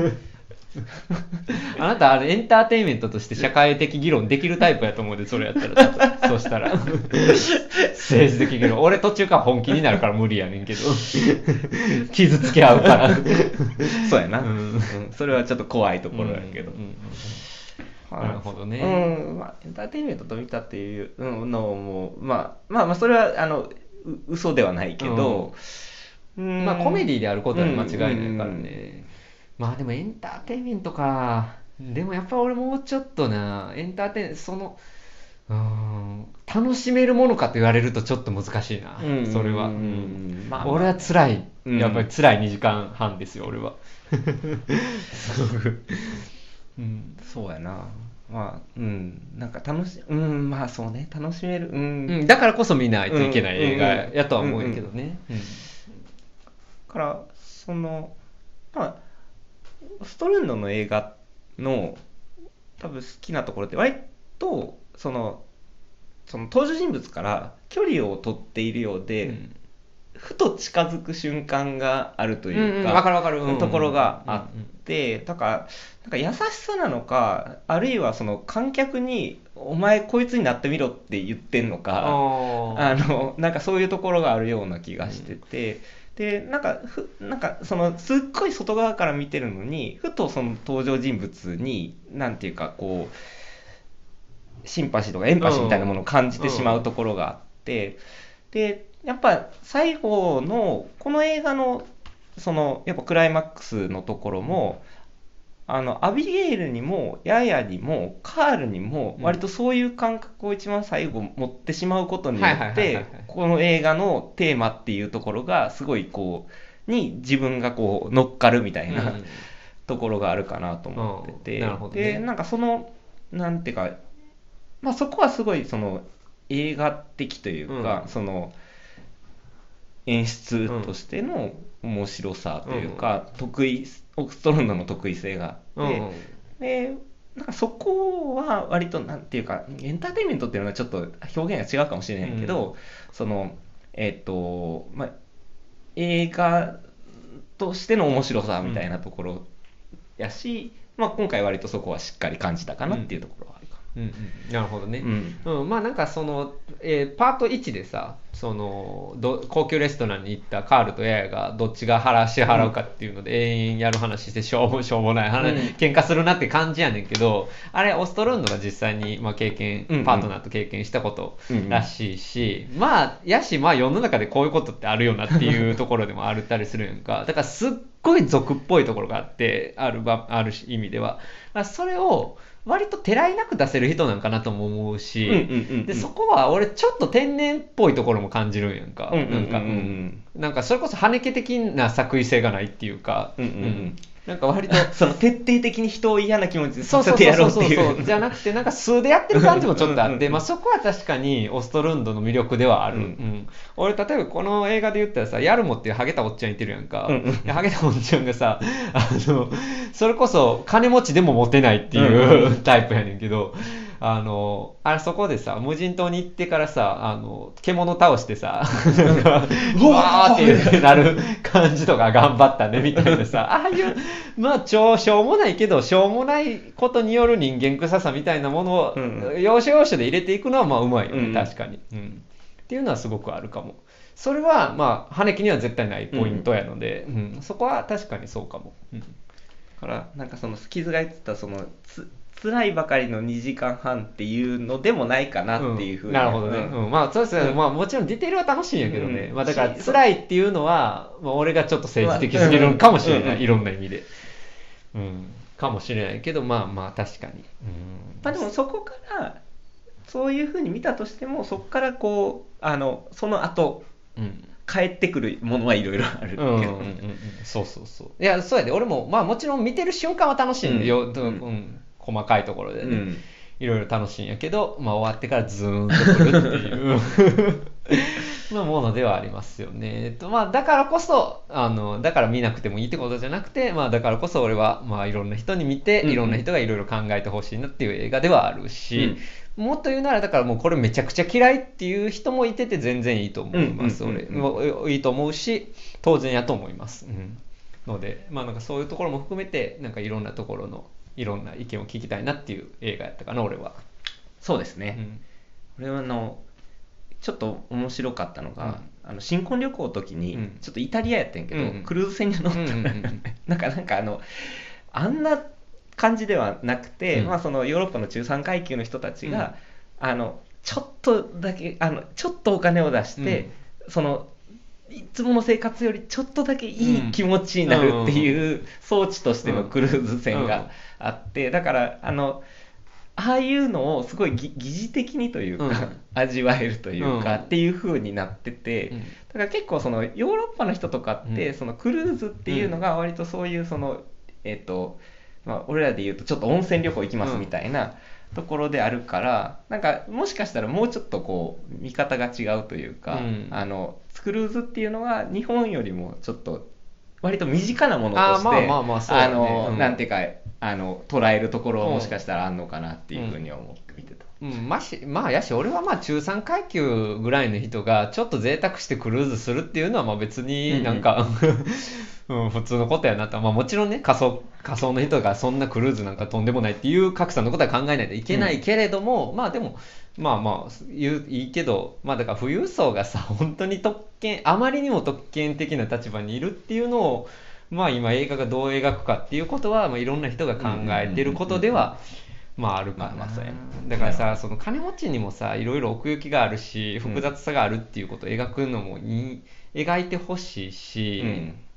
あなたあれエンターテインメントとして社会的議論できるタイプやと思うで、それやったらそうしたら政治的議論、俺途中から本気になるから無理やねんけど傷つけ合うからそうやな、 うんうんそれはちょっと怖いところやけど、 うんうんうんまあなるほどねうんまあ、エンターテインメントと見たっていうのも、まあ、まあまあそれはあのう嘘ではないけど、うんまあコメディであることは間違いないからね、 うんうんうんまあでもエンターテインメントか、でもやっぱ俺もうちょっとな、エンターテインそのうーん楽しめるものかと言われるとちょっと難しいな、 うんそれは、 うんうんまあまあ俺は辛い、 うんやっぱり辛いにじかんはんですよ俺はすごく、うんそうやな、まあうんなんか楽しうんまあそうね楽しめるうん、 うん、だからこそ見ないといけない映画うんうんやとは思うんやけどね、うんからそのまあストルンドの映画の多分好きなところって割とそのその登場人物から距離を取っているようで、 うんふと近づく瞬間があるというか、 うんうんわかるわかるうんところがあって、だからなんか優しさなのか、あるいはその観客にお前こいつになってみろって言ってんのか、 ああのなんかそういうところがあるような気がしてて、でなんかふなんかそのすっごい外側から見てるのに、ふとその登場人物になんていうかこうシンパシーとかエンパシーみたいなものを感じてしまうところがあって、でやっぱ最後のこの映画のそのやっぱクライマックスのところもあのアビゲイルにもヤヤにもカールにも割とそういう感覚を一番最後持ってしまうことによはいはいはいはいはいってこの映画のテーマっていうところがすごいこうに自分がこう乗っかるみたいな、 うんところがあるかなと思ってて、 うんなるほどねでなんかそのなんていうか、まあ、そこはすごいその映画的というか、 うんその演出としての面白さというか、得意オークストロンドの得意性があって、 うんでなんかそこは割となんていうかエンターテインメントっていうのはちょっと表現が違うかもしれないけど、そのえっ、とまあ映画としての面白さみたいなところやし、まあ、今回割とそこはしっかり感じたかなっていうところはあるかうんうん、なるほどね、 うんうんまあなんかその、えーパートいちでさそのど高級レストランに行ったカールとヤヤがどっちが払支払うかっていうので、永遠やる話してしょうもしょうもない話、 うん喧嘩するなって感じやねんけど、あれオストロンドが実際に、まあ、経験うんうんパートナーと経験したことらしいし、まあやしまあ世の中でこういうことってあるよなっていうところでもあるたりするやんか。だからすっごい俗っぽいところがあってあるばある意味では、まあ、それを割とてらいなく出せる人なんかなとも思うし、 うんうんうんうんでそこは俺ちょっと天然っぽいところも感じるんやんか、 うんうんうんうんなんか、うんなんかそれこそ羽根的な作為性がないっていうか、 うんうんうんなんか割とその徹底的に人を嫌な気持ちでそうそうさせてやろそううっていうそうじゃなくてなんか素でやってる感じもちょっとあって、 うんうんうんまあ、そこは確かにオストルンドの魅力ではある、 うんうん俺例えばこの映画で言ったらさヤルモっていうハゲたおっちゃんいてるやんか、 うんうんでハゲたおっちゃんがさあのそれこそ金持ちでもモテないっていう、 うんうんタイプやねんけど、あのあれそこでさ無人島に行ってからさあの獣倒してさなんかうわーってなる感じとか頑張ったねみたいなさああいうまあ超しょうもないけどしょうもないことによる人間臭さみたいなものを、 うんうん要所要所で入れていくのはまあうまいよね、 うん確かに、うん、っていうのはすごくあるかも。それはまあ羽根には絶対ないポイントやので、うんうんそこは確かにそうかも、うんだからなんかそのスキズが言ってたそのつ辛いばかりのにじかんはんっていうのでもないかなっていうふうに、 んなるほどね、 うんうんまあそうですね、 うんまあもちろんディテールは楽しいんやけどね、 うんまあだからし辛いっていうのは、まあ、俺がちょっと政治的すぎるのかもしれない、 うんいろんな意味で、うん、かもしれないけどまあまあ確かに、うんまあでもそこからそういうふうに見たとしてもそこからこうあのその後うん帰ってくるものはいろいろあるけど、 うんうんうんうん、そうそうそういやそうやで俺もまあもちろん見てる瞬間は楽しいんで、ようんうんうん細かいところでね、 うんいろいろ楽しいんやけど、まあ、終わってからズーンとくるっていうまあものではありますよね。えっとまあ、だからこそあのだから見なくてもいいってことじゃなくて、まあ、だからこそ俺は、まあ、いろんな人に見て、 うんうんいろんな人がいろいろ考えてほしいなっていう映画ではあるし、もっと言うならだからもうこれめちゃくちゃ嫌いっていう人もいてて全然いいと思います、 うんうんうんうん俺もういいと思うし当然やと思います、うん、ので、まあ、なんかそういうところも含めてなんかいろんなところのいろんな意見を聞きたいなっていう映画やったかな俺は。 そうですね、 うん俺はあのちょっと面白かったのが、あの新婚旅行の時に、 うんちょっとイタリアやってんけど、 うんうんクルーズ船に乗ったら、 うんうんうんなんかなんかあのあんな感じではなくて、 うんまあ、そのヨーロッパの中産階級の人たちが、あのちょっとだけあのちょっとお金を出して、そのいつもの生活よりちょっとだけいい気持ちになるっていう装置としてのクルーズ船があって、だからあのああいうのをすごいぎ疑似的にというか、 うん味わえるというか、 うんっていう風になってて、 うんだから結構そのヨーロッパの人とかって、 うんそのクルーズっていうのが割とそういうその、えっとまあ、俺らで言うとちょっと温泉旅行行きますみたいなところであるから、なんかもしかしたらもうちょっとこう見方が違うというか、 うんあのクルーズっていうのは日本よりもちょっと割と身近なものとしてあーまあまあまあそうだねあのうんなんていうかあの捉えるところはもしかしたらあんのかなっていうふうに思って見てた。 うん、ましまあやし俺はまあ中産階級ぐらいの人がちょっと贅沢してクルーズするっていうのはまあ別になんか、うん、普通のことやなと、まあ、もちろんね仮想仮想の人がそんなクルーズなんかとんでもないっていう格差のことは考えないといけないけれども、まあでもまあまあ言ういいけど、まあだから富裕層がさ本当に特権あまりにも特権的な立場にいるっていうのをまあ今映画がどう描くかっていうことは、まあ、いろんな人が考えてることではまああるかな、 まあまあそうやねだからさその金持ちにもさいろいろ奥行きがあるし複雑さがあるっていうことを描くのもいい描いてほしいし、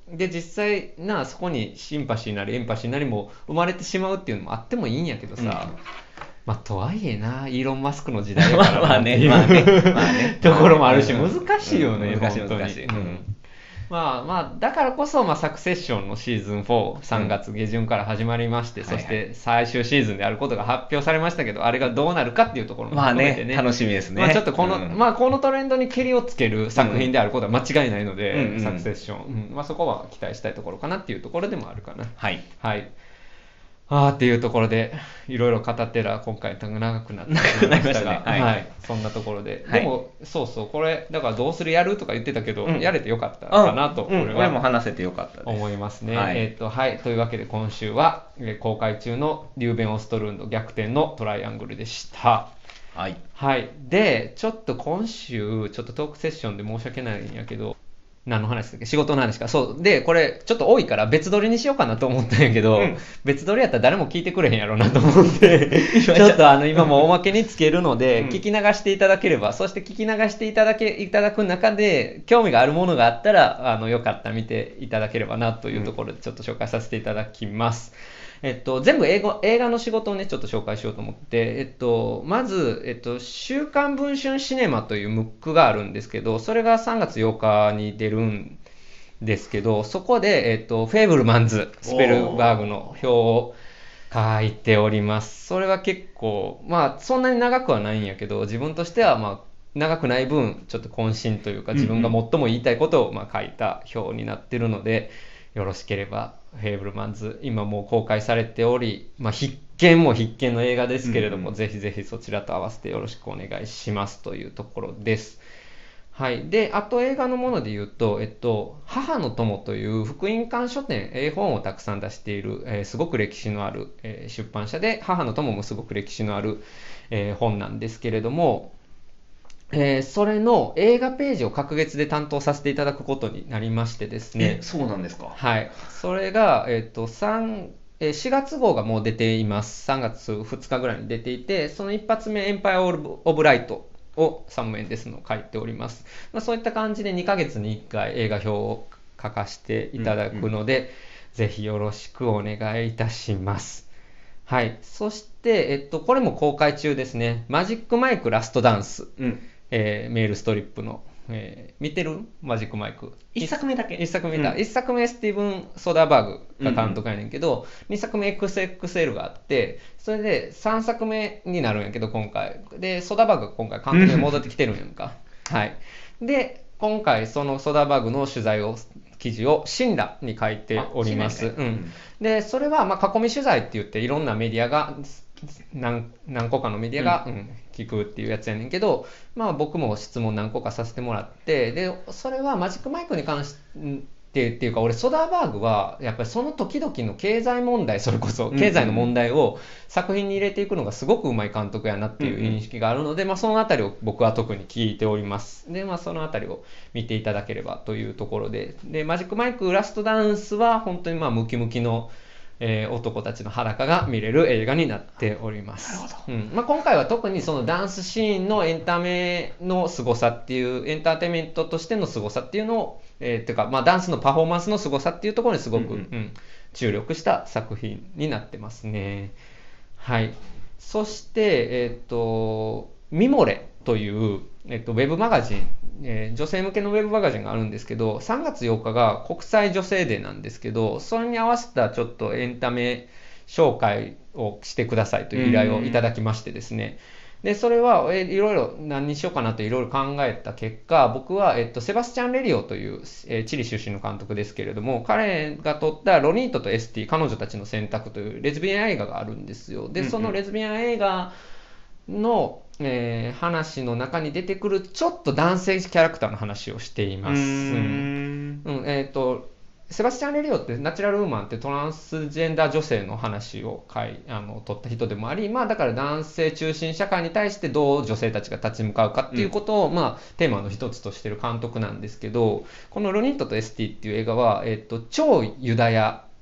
で実際なそこにシンパシーなりエンパシーなりも生まれてしまうっていうのもあってもいいんやけどさ、うん、まあとはいえなイーロン・マスクの時代だからまあねまあねまあねところもあるし難しいよね、 うん、難しい本当に難しい、うんまあまあ、だからこそ、まあ、サクセッションのシーズンよん、さんがつ下旬から始まりまして、うん、そして最終シーズンであることが発表されましたけど、あれがどうなるかっていうところも含めてね、 まあね楽しみですね。 まあ、ちょっとこの、 うん、 まあ、このトレンドにけりをつける作品であることは間違いないので、 うんうん、 サクセッション、うんまあ、そこは期待したいところかなっていうところでもあるかな。 はい。 はいあーっていうところでいろいろ語ってら今回長くなってしまいましたが、 はい、 はい、そんなところで、 はい、 でもそうそうこれだからどうするやるとか言ってたけど、うん、やれてよかったかなと、 うん、俺も話せてよかったです思いますね。 はい、 えーとはい、というわけで今週は、えー、公開中のリューベン・オストルンド逆転のトライアングルでした。 はい、 はい、でちょっと今週ちょっとトークセッションで申し訳ないんやけど何の話だっけ仕事の話かそうでこれちょっと多いから別撮りにしようかなと思ったんやけど、うん、別撮りやったら誰も聞いてくれへんやろうなと思ってちょっとあの今もおまけにつけるので、うん、聞き流していただければそして聞き流していただけいただく中で興味があるものがあったらあのよかったら見ていただければなというところでちょっと紹介させていただきます。えっと、全部英語映画の仕事をねちょっと紹介しようと思って、えっと、まず、えっと、週刊文春シネマというムックがあるんですけどそれがさんがつようかに出るんですけどそこで、えっと、フェーブルマンズスペルバーグの表を書いております。それは結構まあそんなに長くはないんやけど自分としてはまあ長くない分ちょっと渾身というか自分が最も言いたいことをまあ書いた表になってるので、よろしければフェーブルマンズ今もう公開されており、まあ、必見も必見の映画ですけれども、うんうん、ぜひぜひそちらと合わせてよろしくお願いしますというところです。はい、であと映画のもので言うと、えっと、母の友という福音館書店絵本をたくさん出している、えー、すごく歴史のある、えー、出版社で母の友もすごく歴史のある、えー、本なんですけれども、えー、それの映画ページを隔月で担当させていただくことになりましてですね。 え、そうなんですか。 はい。それが、えっと、3、えー、しがつ号がもう出ています。さんがつふつかぐらいに出ていて、その一発目、エンパイア・オブ・ライトをさんめんですのを書いております。まあ、そういった感じでにかげつにいっかい映画表を書かせていただくので、うんうん、ぜひよろしくお願いいたします。はい。そして、えっと、これも公開中ですね。マジックマイクラストダンス。うんえー、メールストリップの、えー、見てるマジックマイクいっさくめだけいっさくめだ、うん、いっさくめスティーブン・ソダーバーグが監督やねんけど、うんうん、にさくめ エックスエックスエル があってそれでさんさくめになるんやけど今回でソダーバーグが今回監督に戻ってきてるんやんかはいで今回そのソダーバーグの取材を記事をシンラに書いております、うん、でそれはまあ囲み取材って言っていろんなメディアが何, 何個かのメディアが、うんうん、聞くっていうやつやねんけど、まあ、僕も質問何個かさせてもらってでそれはマジックマイクに関してっていうか俺ソダーバーグはやっぱりその時々の経済問題それこそ経済の問題を作品に入れていくのがすごくうまい監督やなっていう認識があるので、まあ、そのあたりを僕は特に聞いておりますで、まあ、そのあたりを見ていただければというところで、でマジックマイクラストダンスは本当にまあムキムキのえー、男たちの裸が見れる映画になっております。 なるほど、 うんまあ、今回は特にそのダンスシーンのエンタメの凄さっていうエンターテインメントとしての凄さっていうのを、えー、っていうか、まあ、ダンスのパフォーマンスの凄さっていうところにすごく、うんうんうん、注力した作品になってますね。はい。そして、えっと、ミモレという、えっと、ウェブマガジンえー、女性向けのウェブマガジンがあるんですけどさんがつようかが国際女性デーなんですけどそれに合わせたちょっとエンタメ紹介をしてくださいという依頼をいただきましてですねでそれは、えー、いろいろ何にしようかなといろいろ考えた結果僕は、えっと、セバスチャン・レリオという、えー、チリ出身の監督ですけれども彼が撮ったロニートとエスティ彼女たちの選択というレズビアン映画があるんですよでそのレズビアン映画のえー、話の中に出てくるちょっと男性キャラクターの話をしています。うんうんえー、とセバスチャン・レリオってナチュラルウーマンってトランスジェンダー女性の話を書いあの取った人でもあり、まあ、だから男性中心社会に対してどう女性たちが立ち向かうかっていうことを、うんまあ、テーマの一つとしている監督なんですけどこのロニットとエスティっていう映画は、えー、と超ユダヤ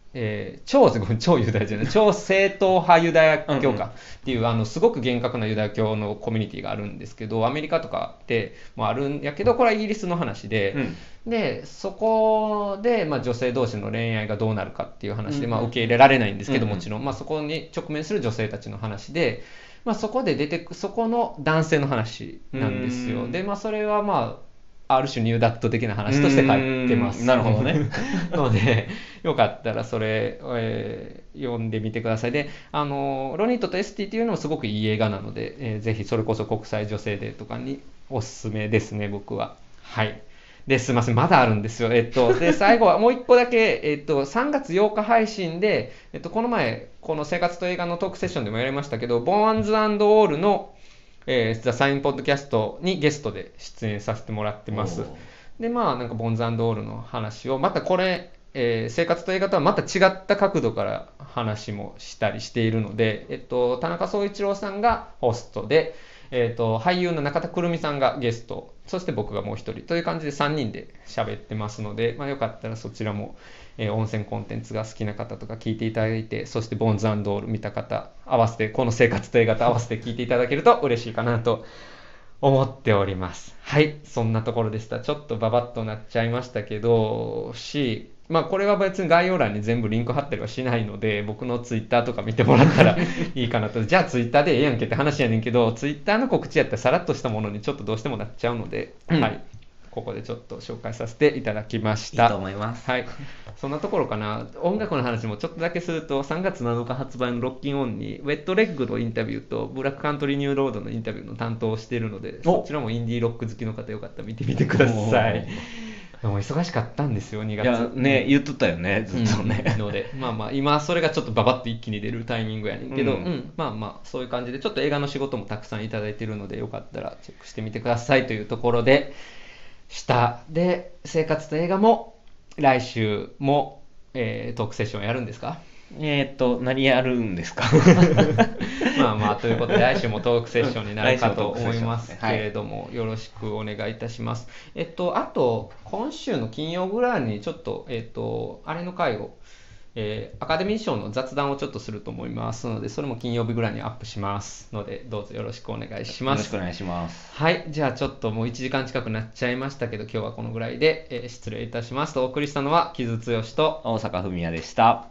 えー超超ユダヤじゃない超正統派ユダヤ教かっていう、うんうん、あのすごく厳格なユダヤ教のコミュニティがあるんですけど、アメリカとかでもあるんやけど、これはイギリスの話で、うん、でそこで、まあ、女性同士の恋愛がどうなるかっていう話で、まあ、受け入れられないんですけど、もちろん、まあ、そこに直面する女性たちの話で、まあ、そこで出てくそこの男性の話なんですよ。で、まあ、それはまあある種ニューダット的な話として書いてます。 なるほどね。 のでよかったらそれ、えー、読んでみてください。で、あのロニットとエスティっていうのもすごくいい映画なので、えー、ぜひそれこそ国際女性デーとかにおすすめですね、僕は。はい。ですいません、まだあるんですよ。えっと、で最後はもう一個だけ、えっと、さんがつようか配信で、えっと、この前この生活と映画のトークセッションでもやりましたけど、ボーンズ&オールのえー、ザ・サインポッドキャストにゲストで出演させてもらってます。で、まあ、なんかボンズ&オールの話を、またこれ、えー生活と映画とはまた違った角度から話もしたりしているので、えっと、田中総一郎さんがホストで、えっと、俳優の中田くるみさんがゲスト、そして僕がもう一人という感じでさんにんで喋ってますので、まあ、よかったらそちらも、えー温泉コンテンツが好きな方とか聞いていただいて、そしてボーンズ&オール見た方合わせて、この生活と映画と合わせて聞いていただけると嬉しいかなと思っております。はい、そんなところでした。ちょっとババッとなっちゃいましたけどし、まあこれは別に概要欄に全部リンク貼ったりはしないので、僕のツイッターとか見てもらったらいいかなと。じゃあツイッターでええやんけって話やねんけど、ツイッターの告知やったらさらっとしたものにちょっとどうしてもなっちゃうので、 うんはい、ここでちょっと紹介させていただきました。 いいと思います。 はい、そんなところかな。音楽の話もちょっとだけすると、さんがつなのか発売のロッキンオンにウェットレッグのインタビューとブラックカントリーニューロードのインタビューの担当をしているので、そちらもインディーロック好きの方よかったら見てみてください。でも忙しかったんですよ、にがつ。 いやね、言っとったよね、ずっとね。 うん、ので、まあまあ、今それがちょっとババッと一気に出るタイミングやねんけど、 ううんん、まあまあ、そういう感じで、ちょっと映画の仕事もたくさんいただいているので、よかったらチェックしてみてくださいというところでした。で、生活と映画も来週も、えートークセッションやるんですか？ えーっと、何やるんですか？ まあまあ、ということで来週もトークセッションになるかと思いますけはいれども、よろしくお願いいたします。えっと、あと、今週の金曜ぐらいにちょっと、えっと、あれの回を、えーアカデミー賞の雑談をちょっとすると思いますので、それも金曜日ぐらいにアップしますので、どうぞよろしくお願いします。 よろしくお願いします。 はい、じゃあちょっともういちじかん近くなっちゃいましたけど、今日はこのぐらいで、えー失礼いたします。とお送りしたのは木津剛と、 大阪文也でした。